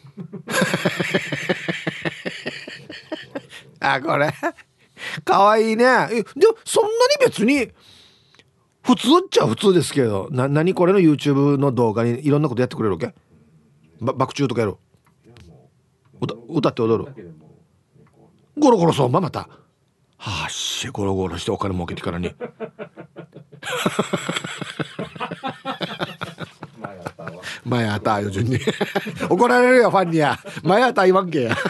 これかわいいね。でもそんなに別に普通っちゃ普通ですけど、何これの YouTube の動画にいろんなことやってくれるわけ。爆中とかやる、歌って踊る、ゴロゴロそうまたゴロゴロしてお金儲けてからに前あったよ順に怒られるよファンにや。前あった言わんけや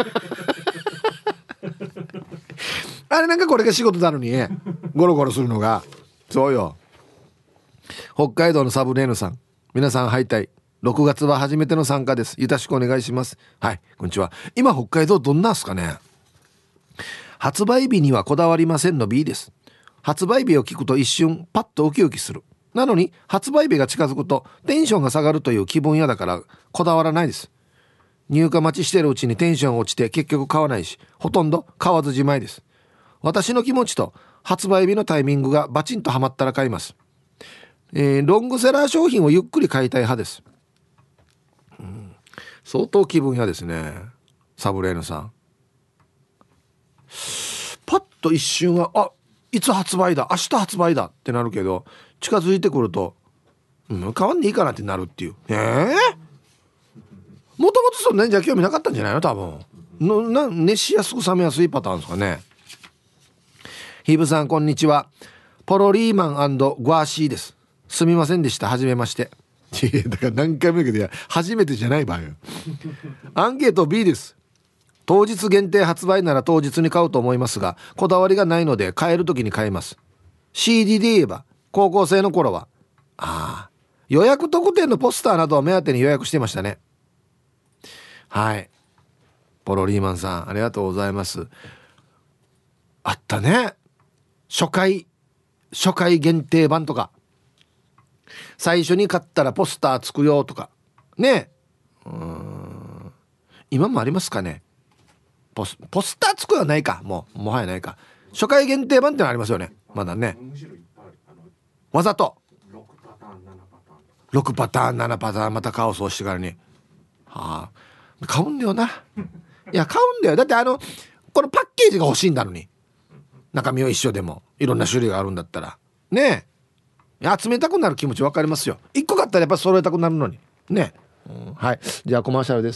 あれなんかこれが仕事なのにゴロゴロするのが。そうよ。北海道のサブレーヌさん、皆さんハイタイ。6月は初めての参加です。よろしくお願いします。はい、こんにちは。今北海道どんなすかね。発売日にはこだわりませんの B です。発売日を聞くと一瞬パッとウキウキする。なのに発売日が近づくとテンションが下がるという気分屋だからこだわらないです。入荷待ちしてるうちにテンション落ちて結局買わないし、ほとんど買わずじまいです。私の気持ちと発売日のタイミングがバチンとハマったら買います。ロングセラー商品をゆっくり買いたい派です。相当気分屋ですね。サブレーヌさん、パッと一瞬はいつ発売だ、明日発売だってなるけど、近づいてくると買わんでいいかなってなるっていう。もともとそんなにじゃ興味なかったんじゃないの多分。熱しやすく冷めやすいパターンですかね。ヒブさんこんにちは。ポロリーマン&グワーシーです。すみませんでした。はじめまして。だから何回も言うけど初めてじゃない場合よアンケート B です。当日限定発売なら当日に買うと思いますが、こだわりがないので買える時に買います。 CD で言えば高校生の頃は予約特典のポスターなどを目当てに予約してましたね。はい、ポロリーマンさんありがとうございます。あったね、初回限定版とか、最初に買ったらポスターつくよとかね。今もありますかね。ポスターつくよはないか、もはやないか。初回限定版ってのありますよね、まだね。わざと6パターン7パターンまたカオスをしてからに買うんだよな。いや買うんだよ。だってこのパッケージが欲しいんだのに、中身は一緒でもいろんな種類があるんだったらねえ、集めたくなる気持ち分かりますよ。1個買ったらやっぱ揃えたくなるのにね、はい。じゃあコマーシャルです。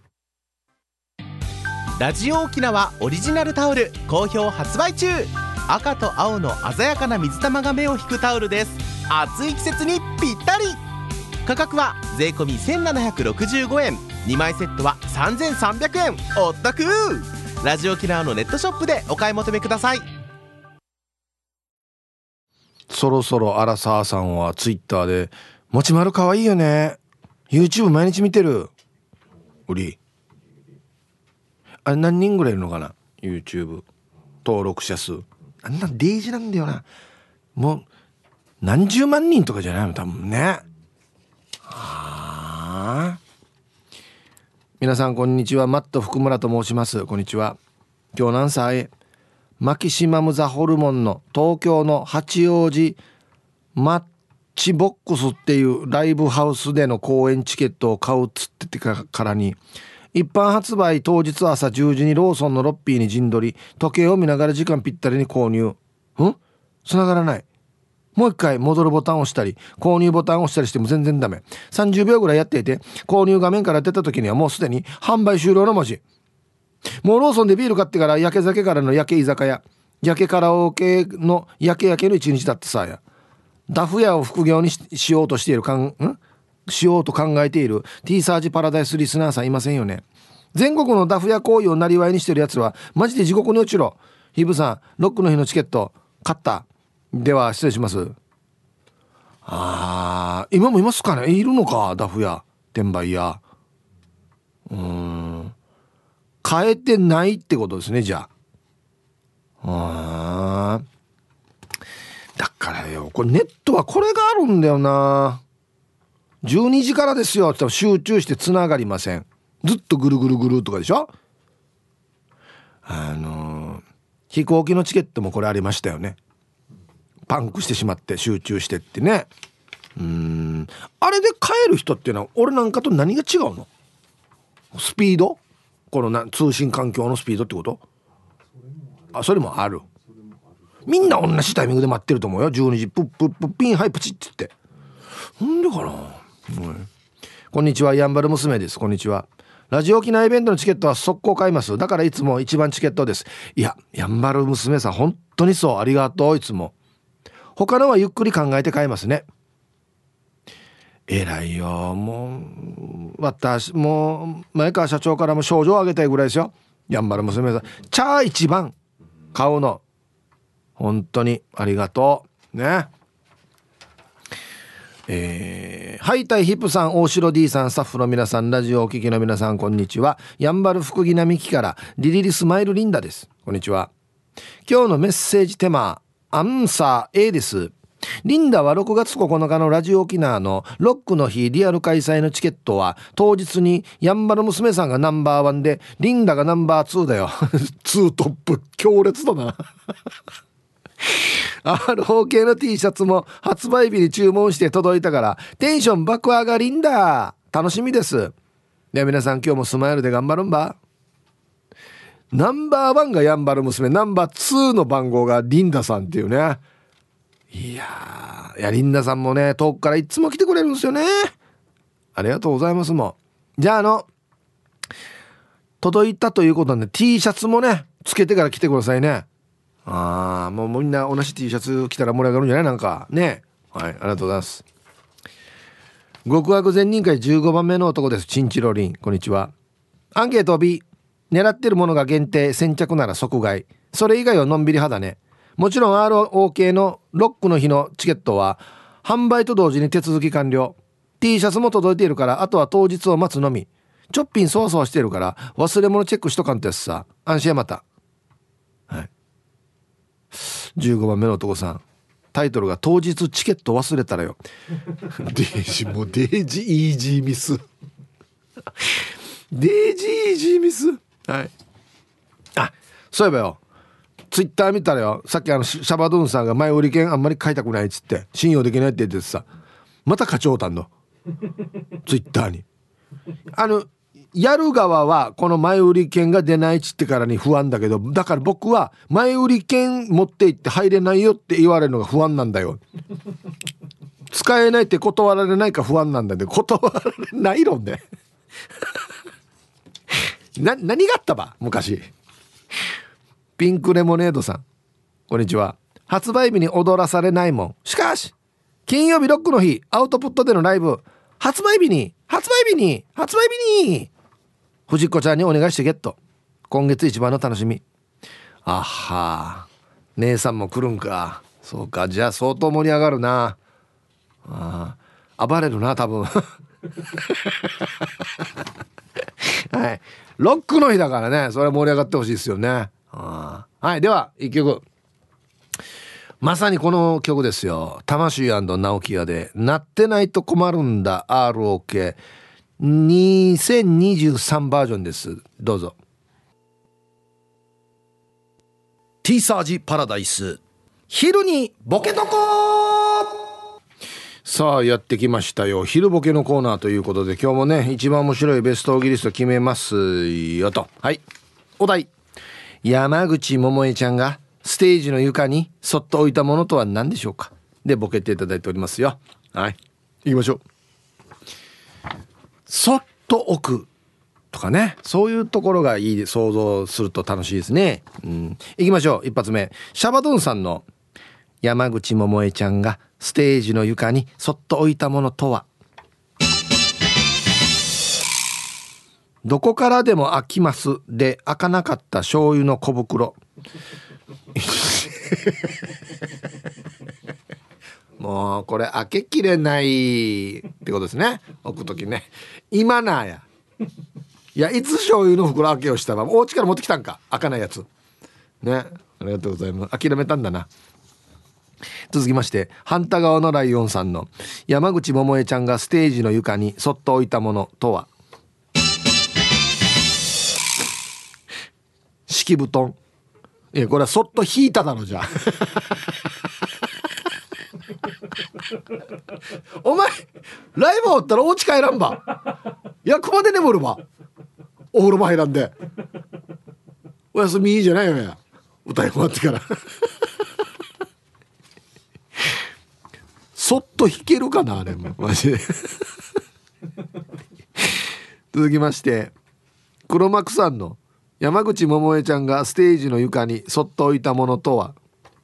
ラジオ沖縄オリジナルタオル好評発売中。赤と青の鮮やかな水玉が目を引くタオルです。暑い季節にぴったり。価格は税込1765円、2枚セットは3300円。お得。ラジオ沖縄のネットショップでお買い求めください。 そろそろアラサーさんはツイッターでもちまるかわいいよね、 YouTube 毎日見てる。売りあれ何人ぐらいいるのかな、 YouTube 登録者数。あんなデイジなんだよな。もう何十万人とかじゃないの多分ね。はあ。皆さんこんにちは、マット福村と申します。こんにちは。今日何歳？マキシマムザホルモンの東京の八王子マッチボックスっていうライブハウスでの公演チケットを買うっつっててからに、一般発売当日朝10時にローソンのロッピーに陣取り、時計を見ながら時間ぴったりに購入。繋がらない。もう一回戻るボタンを押したり購入ボタンを押したりしても全然ダメ。30秒ぐらいやっていて、購入画面から出た時にはもうすでに販売終了の文字。もうローソンでビール買ってから焼け酒からの焼け居酒屋、焼けカラオケの焼け焼けの一日だってさや。ダフ屋を副業に しようとしているしようと考えている T サージパラダイスリスナーさんいませんよね。全国のダフ屋行為をなりわいにしてるやつはマジで地獄に落ちろ。ヒブさんロックの日のチケット買った？では失礼します。今もいますかね。いるのか、ダフ屋転売屋。変えてないってことですね。じゃあだからよ、これネットはこれがあるんだよな。12時からですよって言っても集中してつながりません。ずっとぐるぐるぐるとかでしょ。飛行機のチケットもこれありましたよね。パンクしてしまって集中してってね。あれで帰る人っていうのは俺なんかと何が違うの？スピード？この通信環境のスピードってこと？それもある。みんな同じタイミングで待ってると思うよ。12時プップップッピンはいプチッつって。なんでかな。こんにちは、やんばる娘です。こんにちは。ラジオ沖縄イベントのチケットは速攻買います。だからいつも一番チケットです。いや、やんばる娘さん本当にそう、ありがとう。いつも他のはゆっくり考えて買いますね。偉いよ。もう私もう前川社長からも賞状をあげたいぐらいですよ。やんばる娘さんチャー一番買うの本当にありがとうね。ハイタイヒップさん、大城 D さん、スタッフの皆さん、ラジオお聞きの皆さん、こんにちは。やんばる福木並木からリリリスマイルリンダです。こんにちは。今日のメッセージテーマアンサー A です。リンダは6月9日のラジオ沖縄のロックの日リアル開催のチケットは当日にやんばる娘さんがナンバーワンでリンダがナンバー2だよ2トップ強烈だなROK の T シャツも発売日に注文して届いたからテンション爆上がりんだ。楽しみです。では皆さん今日もスマイルで頑張るんば。ナンバーワンがやんばる娘、ナンバー2の番号がリンダさんっていうね。いやリンダさんもね遠くからいつも来てくれるんですよね。ありがとうございます。もうじゃあ届いたということなんで T シャツもねつけてから来てくださいね。もうみんな同じ T シャツ着たら盛り上がるんじゃないなんかね。はい、ありがとうございます。極悪善人会15番目の男です。チンチロリン、こんにちは。アンケート B、 狙ってるものが限定先着なら即買い、それ以外はのんびり派だね。もちろん ROK のロックの日のチケットは販売と同時に手続き完了。 T シャツも届いているからあとは当日を待つのみ。ちょっぴんそわそわしてるから忘れ物チェックしとかんとやつさ。安心やまた。はい、15番目の男さん、タイトルが当日チケット忘れたらよデージイージーミスデージイージーミス。はい、そういえばよツイッター見たらよ、さっきシャバドゥンさんが前売り券あんまり買いたくないっつって信用できないって言ってさ、また課長たんのツイッターにやる側はこの前売り券が出ないっつってからに不安だけど、だから僕は前売り券持って行って入れないよって言われるのが不安なんだよ。使えないって断られないか不安なんだけど、断られない論で何があったば昔。ピンクレモネードさん、こんにちは。発売日に踊らされないもん。しかし金曜日ロックの日、アウトプットでのライブ、発売日に藤子ちゃんにお願いしてゲット。今月一番の楽しみ。あはー、姉さんも来るんか。そうか、じゃあ相当盛り上がるな。暴れるな多分はい、ロックの日だからね、それは盛り上がってほしいですよね。はい、では一曲、まさにこの曲ですよ。魂&直樹屋でなってないと困るんだ ROK2023 バージョンです。どうぞ。ティーサージパラダイス、昼にボケとこ。さあやってきましたよ、昼ボケのコーナーということで、今日もね一番面白いベストオギリスト決めますよと。はい、お題、山口百恵ちゃんがステージの床にそっと置いたものとは何でしょうか。でボケていただいておりますよ。はい、行きましょう。そっと置くとかね、そういうところがいい、想像すると楽しいですね。行きましょう。一発目、シャバドゥンさんの山口百恵ちゃんがステージの床にそっと置いたものとは。どこからでも開きますで開かなかった醤油の小袋もうこれ開けきれないってことですね。置くときね、今なや、いやいつ醤油の袋開けをしたらお家から持ってきたんか、開かないやつね。ありがとうございます。諦めたんだな。続きまして、反対側のライオンさんの山口百恵ちゃんがステージの床にそっと置いたものとは。敷布団。いやこれはそっと引いただろじゃお前ライブ終わったらお家帰らんば、役場で眠るば、お風呂場入らんでお休みいいじゃないよや、歌い終わってからそっと弾けるかなあれもマジで続きまして、黒幕さんの山口百恵ちゃんがステージの床にそっと置いたものとは。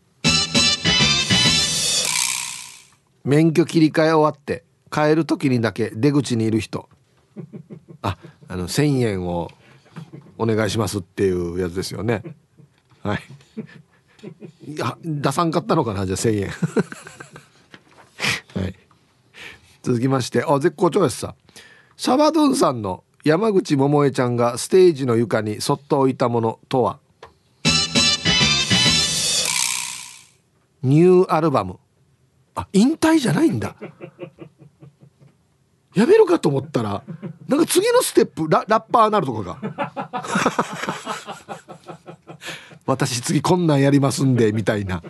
免許切り替え終わって帰る時にだけ出口にいる人。1000円をお願いしますっていうやつですよね。はい、いや出さんかったのかな、じゃあ1000円はい、続きまして、絶好調ですさ。シャバドゥンさんの山口百恵ちゃんがステージの床にそっと置いたものとは。ニューアルバム。引退じゃないんだ。やめるかと思ったらなんか次のステップ ラッパーなるとかが私次こんなんやりますんでみたいな。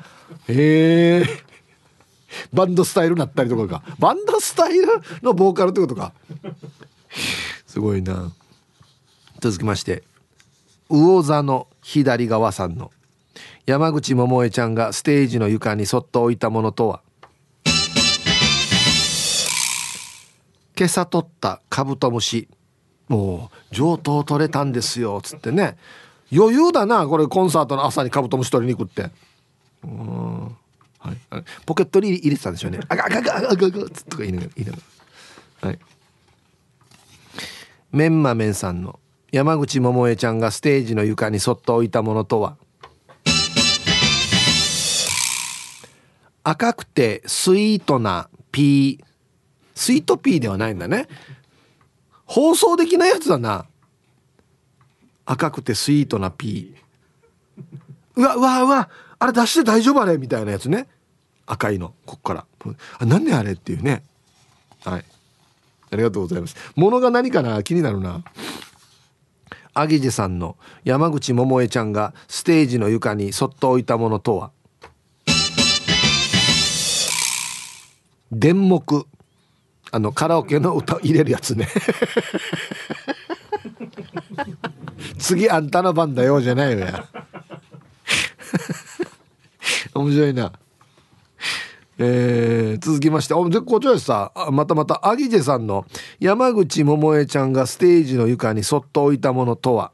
バンドスタイルなったりとかが、バンドスタイルのボーカルってことかすごいな。続きまして、魚座の左側さんの山口百恵ちゃんがステージの床にそっと置いたものとは。今朝取ったカブトムシ、もう上等取れたんですよつってね。余裕だなこれ、コンサートの朝にカブトムシ取りに行くって。はい、ポケットに入れてたんでしょうね。あががががががつっとか言いながら、はい、メンマメンさんの山口百恵ちゃんがステージの床にそっと置いたものとは。赤くてスイートなピー。スイートピーではないんだね。放送できないやつだな。赤くてスイートなピー。うわあれ出して大丈夫あれみたいなやつね。赤いのこっからなんであれっていうね。はい、ありがとうございます。ものが何かな、気になるな。アギジェさんの山口百恵ちゃんがステージの床にそっと置いたものとは。電目。カラオケの歌入れるやつね次あんたの番だよじゃないよや。面白いな。続きまして、絶好調ですさ。またアギジェさんの山口百恵ちゃんがステージの床にそっと置いたものとは。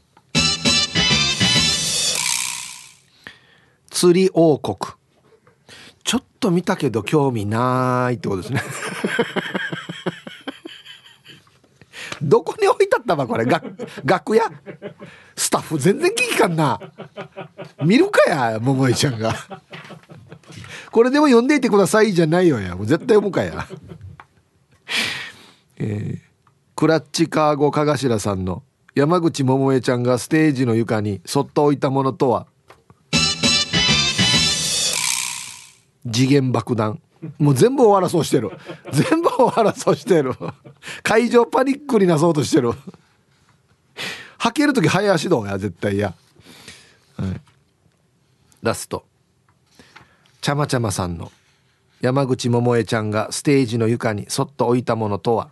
釣り王国。ちょっと見たけど興味ないってことですね。どこに置いたったばこれ、楽屋スタッフ全然聞きかんな。見るかや桃井ちゃんが。これでも読んでいてくださいじゃないよや、もう絶対読むかや。クラッチカーゴかがしらさんの山口百恵ちゃんがステージの床にそっと置いたものとは。次元爆弾。もう全部終わらそうしてる。全部終わらそうしてる。会場パニックになそうとしてる。履けるとき早足道や絶対や、はい、ラストちゃまちゃまさんの山口百恵ちゃんがステージの床にそっと置いたものとは。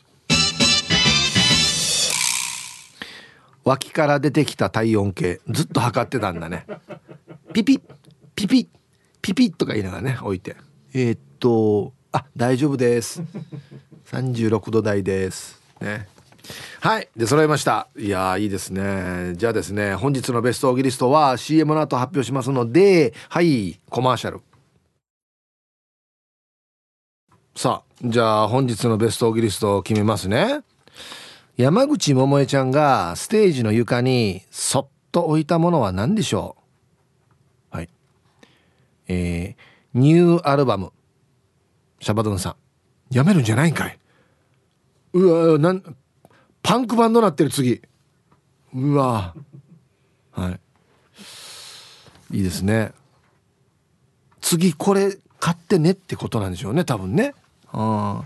脇から出てきた体温計ずっと測ってたんだね。ピピッピピッピピッとか言いながらね置いて、大丈夫です36度台ですね。はい、で揃いました。いやーいいですね。じゃあですね、本日のベストオギリストは CM の後発表しますので、はいコマーシャル。さあじゃあ本日のベストオギリストを決めますね。山口百恵ちゃんがステージの床にそっと置いたものは何でしょう。はい、ニューアルバムシャバドゥンさんやめるんじゃないんかい。うわパンクバンドなってる次。うわはいいいですね。次これ買ってねってことなんでしょうね多分ね。ア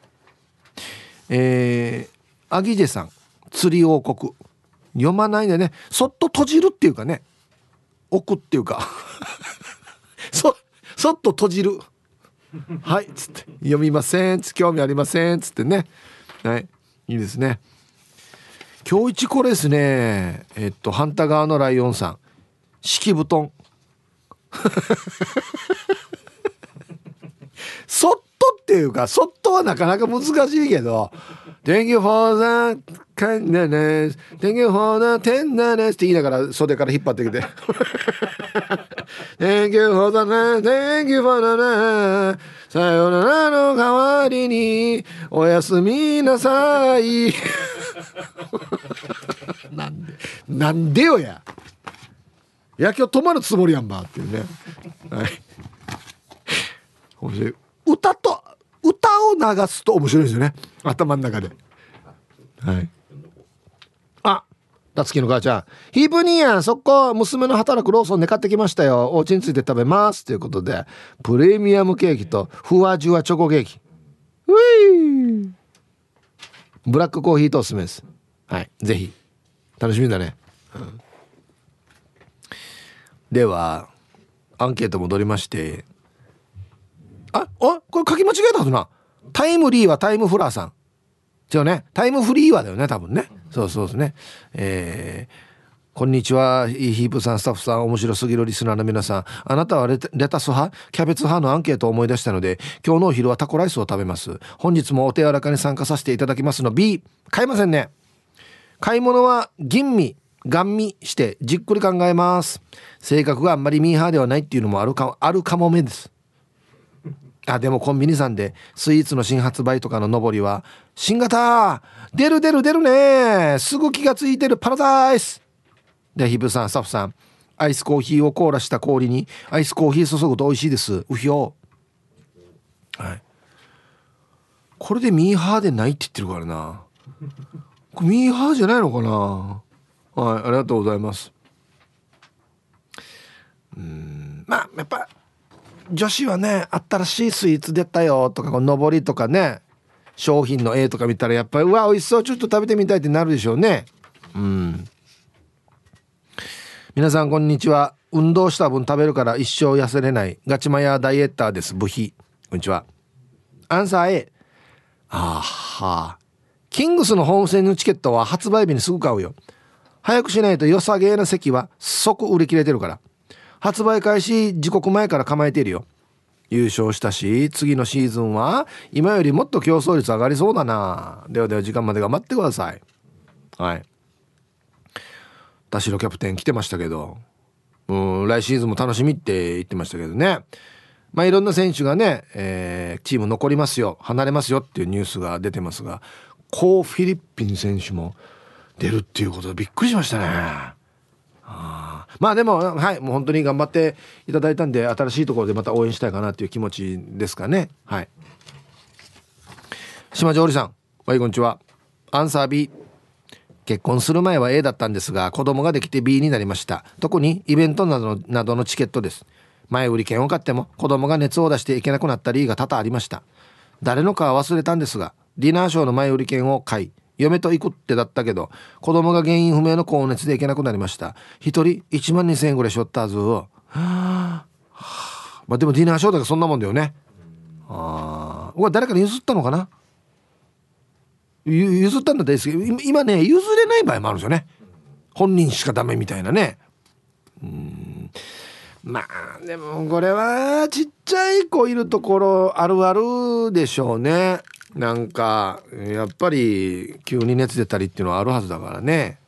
ギジェさん釣り王国読まないでね、そっと閉じるっていうかね、置くっていうかそっと閉じるはいつって読みませんつ興味ありませんつってね。はいいいですね。今日一これですね。反対側のライオンさん敷布団そっとっていうかそっとはなかなか難しいけど Thank you for the kindness Thank you for the tenderness って言いながら袖から引っ張ってきてThank you for the Thank you for the さよならの代わりにおやすみなさいなんでよや今日止まるつもりやんばっていうね。はい面白い。歌を流すと面白いですよね頭の中で。はいたつきの母ちゃんヒープニーやんそこ娘の働くローソンで買ってきましたよ。お家について食べますということでプレミアムケーキとふわじゅわチョコケーキブラックコーヒーとおすすめです。はいぜひ楽しみだね、ではアンケート戻りまして、これ書き間違えたはずな。タイムリーはタイムフラーさん違うね。タイムフリーはだよね多分ね。そうですね。こんにちはヒープさんスタッフさん面白すぎるリスナーの皆さん、あなたはレタス派キャベツ派のアンケートを思い出したので今日のお昼はタコライスを食べます。本日もお手柔らかに参加させていただきますの B 買いませんね。買い物は吟味ガン見してじっくり考えます。性格があんまりミーハーではないっていうのもあるかもめです。でもコンビニさんでスイーツの新発売とかの上りは新型出るねすぐ気がついてるパラダイスで、ヒブさんスタッフさんアイスコーヒーを凍らした氷にアイスコーヒー注ぐと美味しいです。うひょはいこれでミーハーでないって言ってるからなこれミーハーじゃないのかな。はいありがとうございます。やっぱ女子はね新しいスイーツ出たよとかこの上りとかね商品の絵とか見たらやっぱりうわ美味しそうちょっと食べてみたいってなるでしょうね。皆さんこんにちは。運動した分食べるから一生痩せれないガチマヤダイエッターです。ブヒこんにちは。アンサー A。 キングスのホーム戦のチケットは発売日にすぐ買うよ。早くしないと良さげな席は即売り切れてるから。発売開始時刻前から構えているよ。優勝したし次のシーズンは今よりもっと競争率上がりそうだな。ではでは時間まで頑張ってください。はい。田代キャプテン来てましたけど、来シーズンも楽しみって言ってましたけどね。まあいろんな選手がね、チーム残りますよ離れますよっていうニュースが出てますが、コー・フィリピン選手も出るっていうことでびっくりしましたね。まあでもはいもう本当に頑張っていただいたんで、新しいところでまた応援したいかなっていう気持ちですかね。はい。島上里さん、はいこんにちは。アンサー B。結婚する前は A だったんですが子供ができて B になりました。特にイベントなどのチケットです。前売り券を買っても子供が熱を出していけなくなった理が多々ありました。誰のかは忘れたんですがディナーショーの前売り券を買い嫁と行くってだったけど子供が原因不明の高熱で行けなくなりました。一人1万2000円ぐらいしょったはずをまあでもディナーショーだからそんなもんだよね。誰かに譲ったのかな。譲ったんだったらいいですけど今ね譲れない場合もあるんですよね。本人しかダメみたいなね。まあでもこれはちっちゃい子いるところあるあるでしょうね。なんかやっぱり急に熱出たりっていうのはあるはずだからね。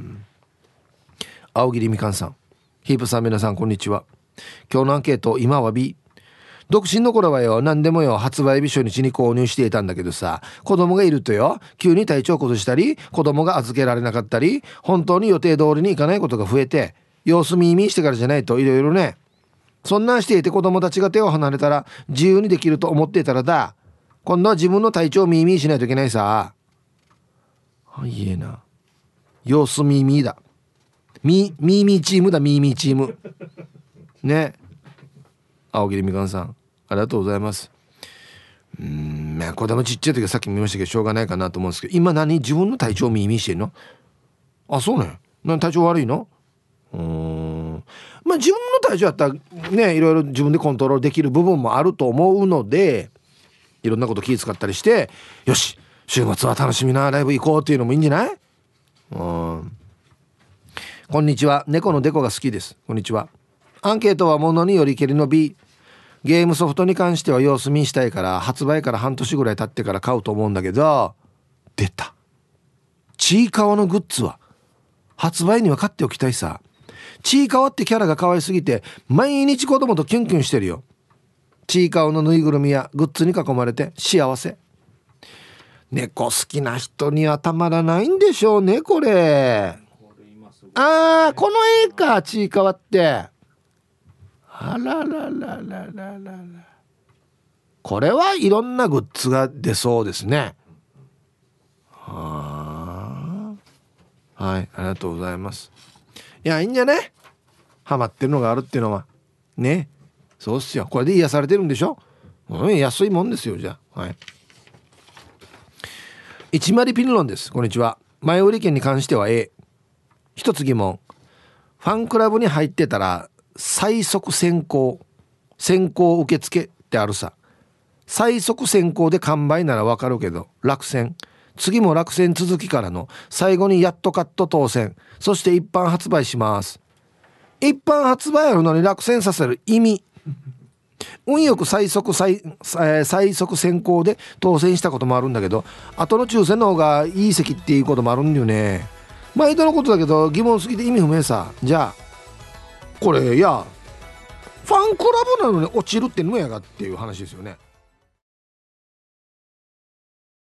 青桐みかんさん、ヒープさん皆さんこんにちは。今日のアンケート今は B。独身の頃はよ何でもよ発売日初日に購入していたんだけどさ、子供がいるとよ急に体調崩したり子供が預けられなかったり本当に予定通りにいかないことが増えて様子見してからじゃないといろいろね。そんなんしていて子供たちが手を離れたら自由にできると思っていたらだ今度は自分の体調を見しないといけないさ。いいえな様子見だミーチームだミーチームね。青桐みかんさんありがとうございます。まあ子供ちっちゃい時はさっきも言いましたけどしょうがないかなと思うんですけど今自分の体調を見してんの。あそうね。体調悪いの。まあ自分の体調だったらねいろいろ自分でコントロールできる部分もあると思うのでいろんなこと気遣ったりしてよし週末は楽しみなライブ行こうっていうのもいいんじゃない。こんにちは猫のデコが好きです。こんにちは。アンケートはものによりけりの B。 ゲームソフトに関しては様子見したいから発売から半年ぐらい経ってから買うと思うんだけど出たちいかわのグッズは発売には買っておきたいさ。ちいかわってキャラが可愛すぎて毎日子供とキュンキュンしてるよ。ちいかわのぬいぐるみやグッズに囲まれて幸せ。猫好きな人にはたまらないんでしょうねこれ。この絵かちいかわってあらららららら。これはいろんなグッズが出そうですね。はいありがとうございます。いやいいんじゃねハマってるのがあるっていうのはね。そうっすよ。これで癒されてるんでしょ。安いもんですよじゃあ。はい一丸ピンロンです。こんにちは。前売り券に関しては A。 一つ疑問。ファンクラブに入ってたら最速先行受付ってあるさ。最速先行で完売ならわかるけど落選次も落選続きからの最後にやっとカット当選そして一般発売します。一般発売あるのに落選させる意味運よく最速先行で当選したこともあるんだけど後の抽選の方がいい席っていうこともあるんだよね。毎度のことだけど疑問すぎて意味不明さ。じゃあこれファンクラブなのに落ちるってのもやがっていう話ですよね。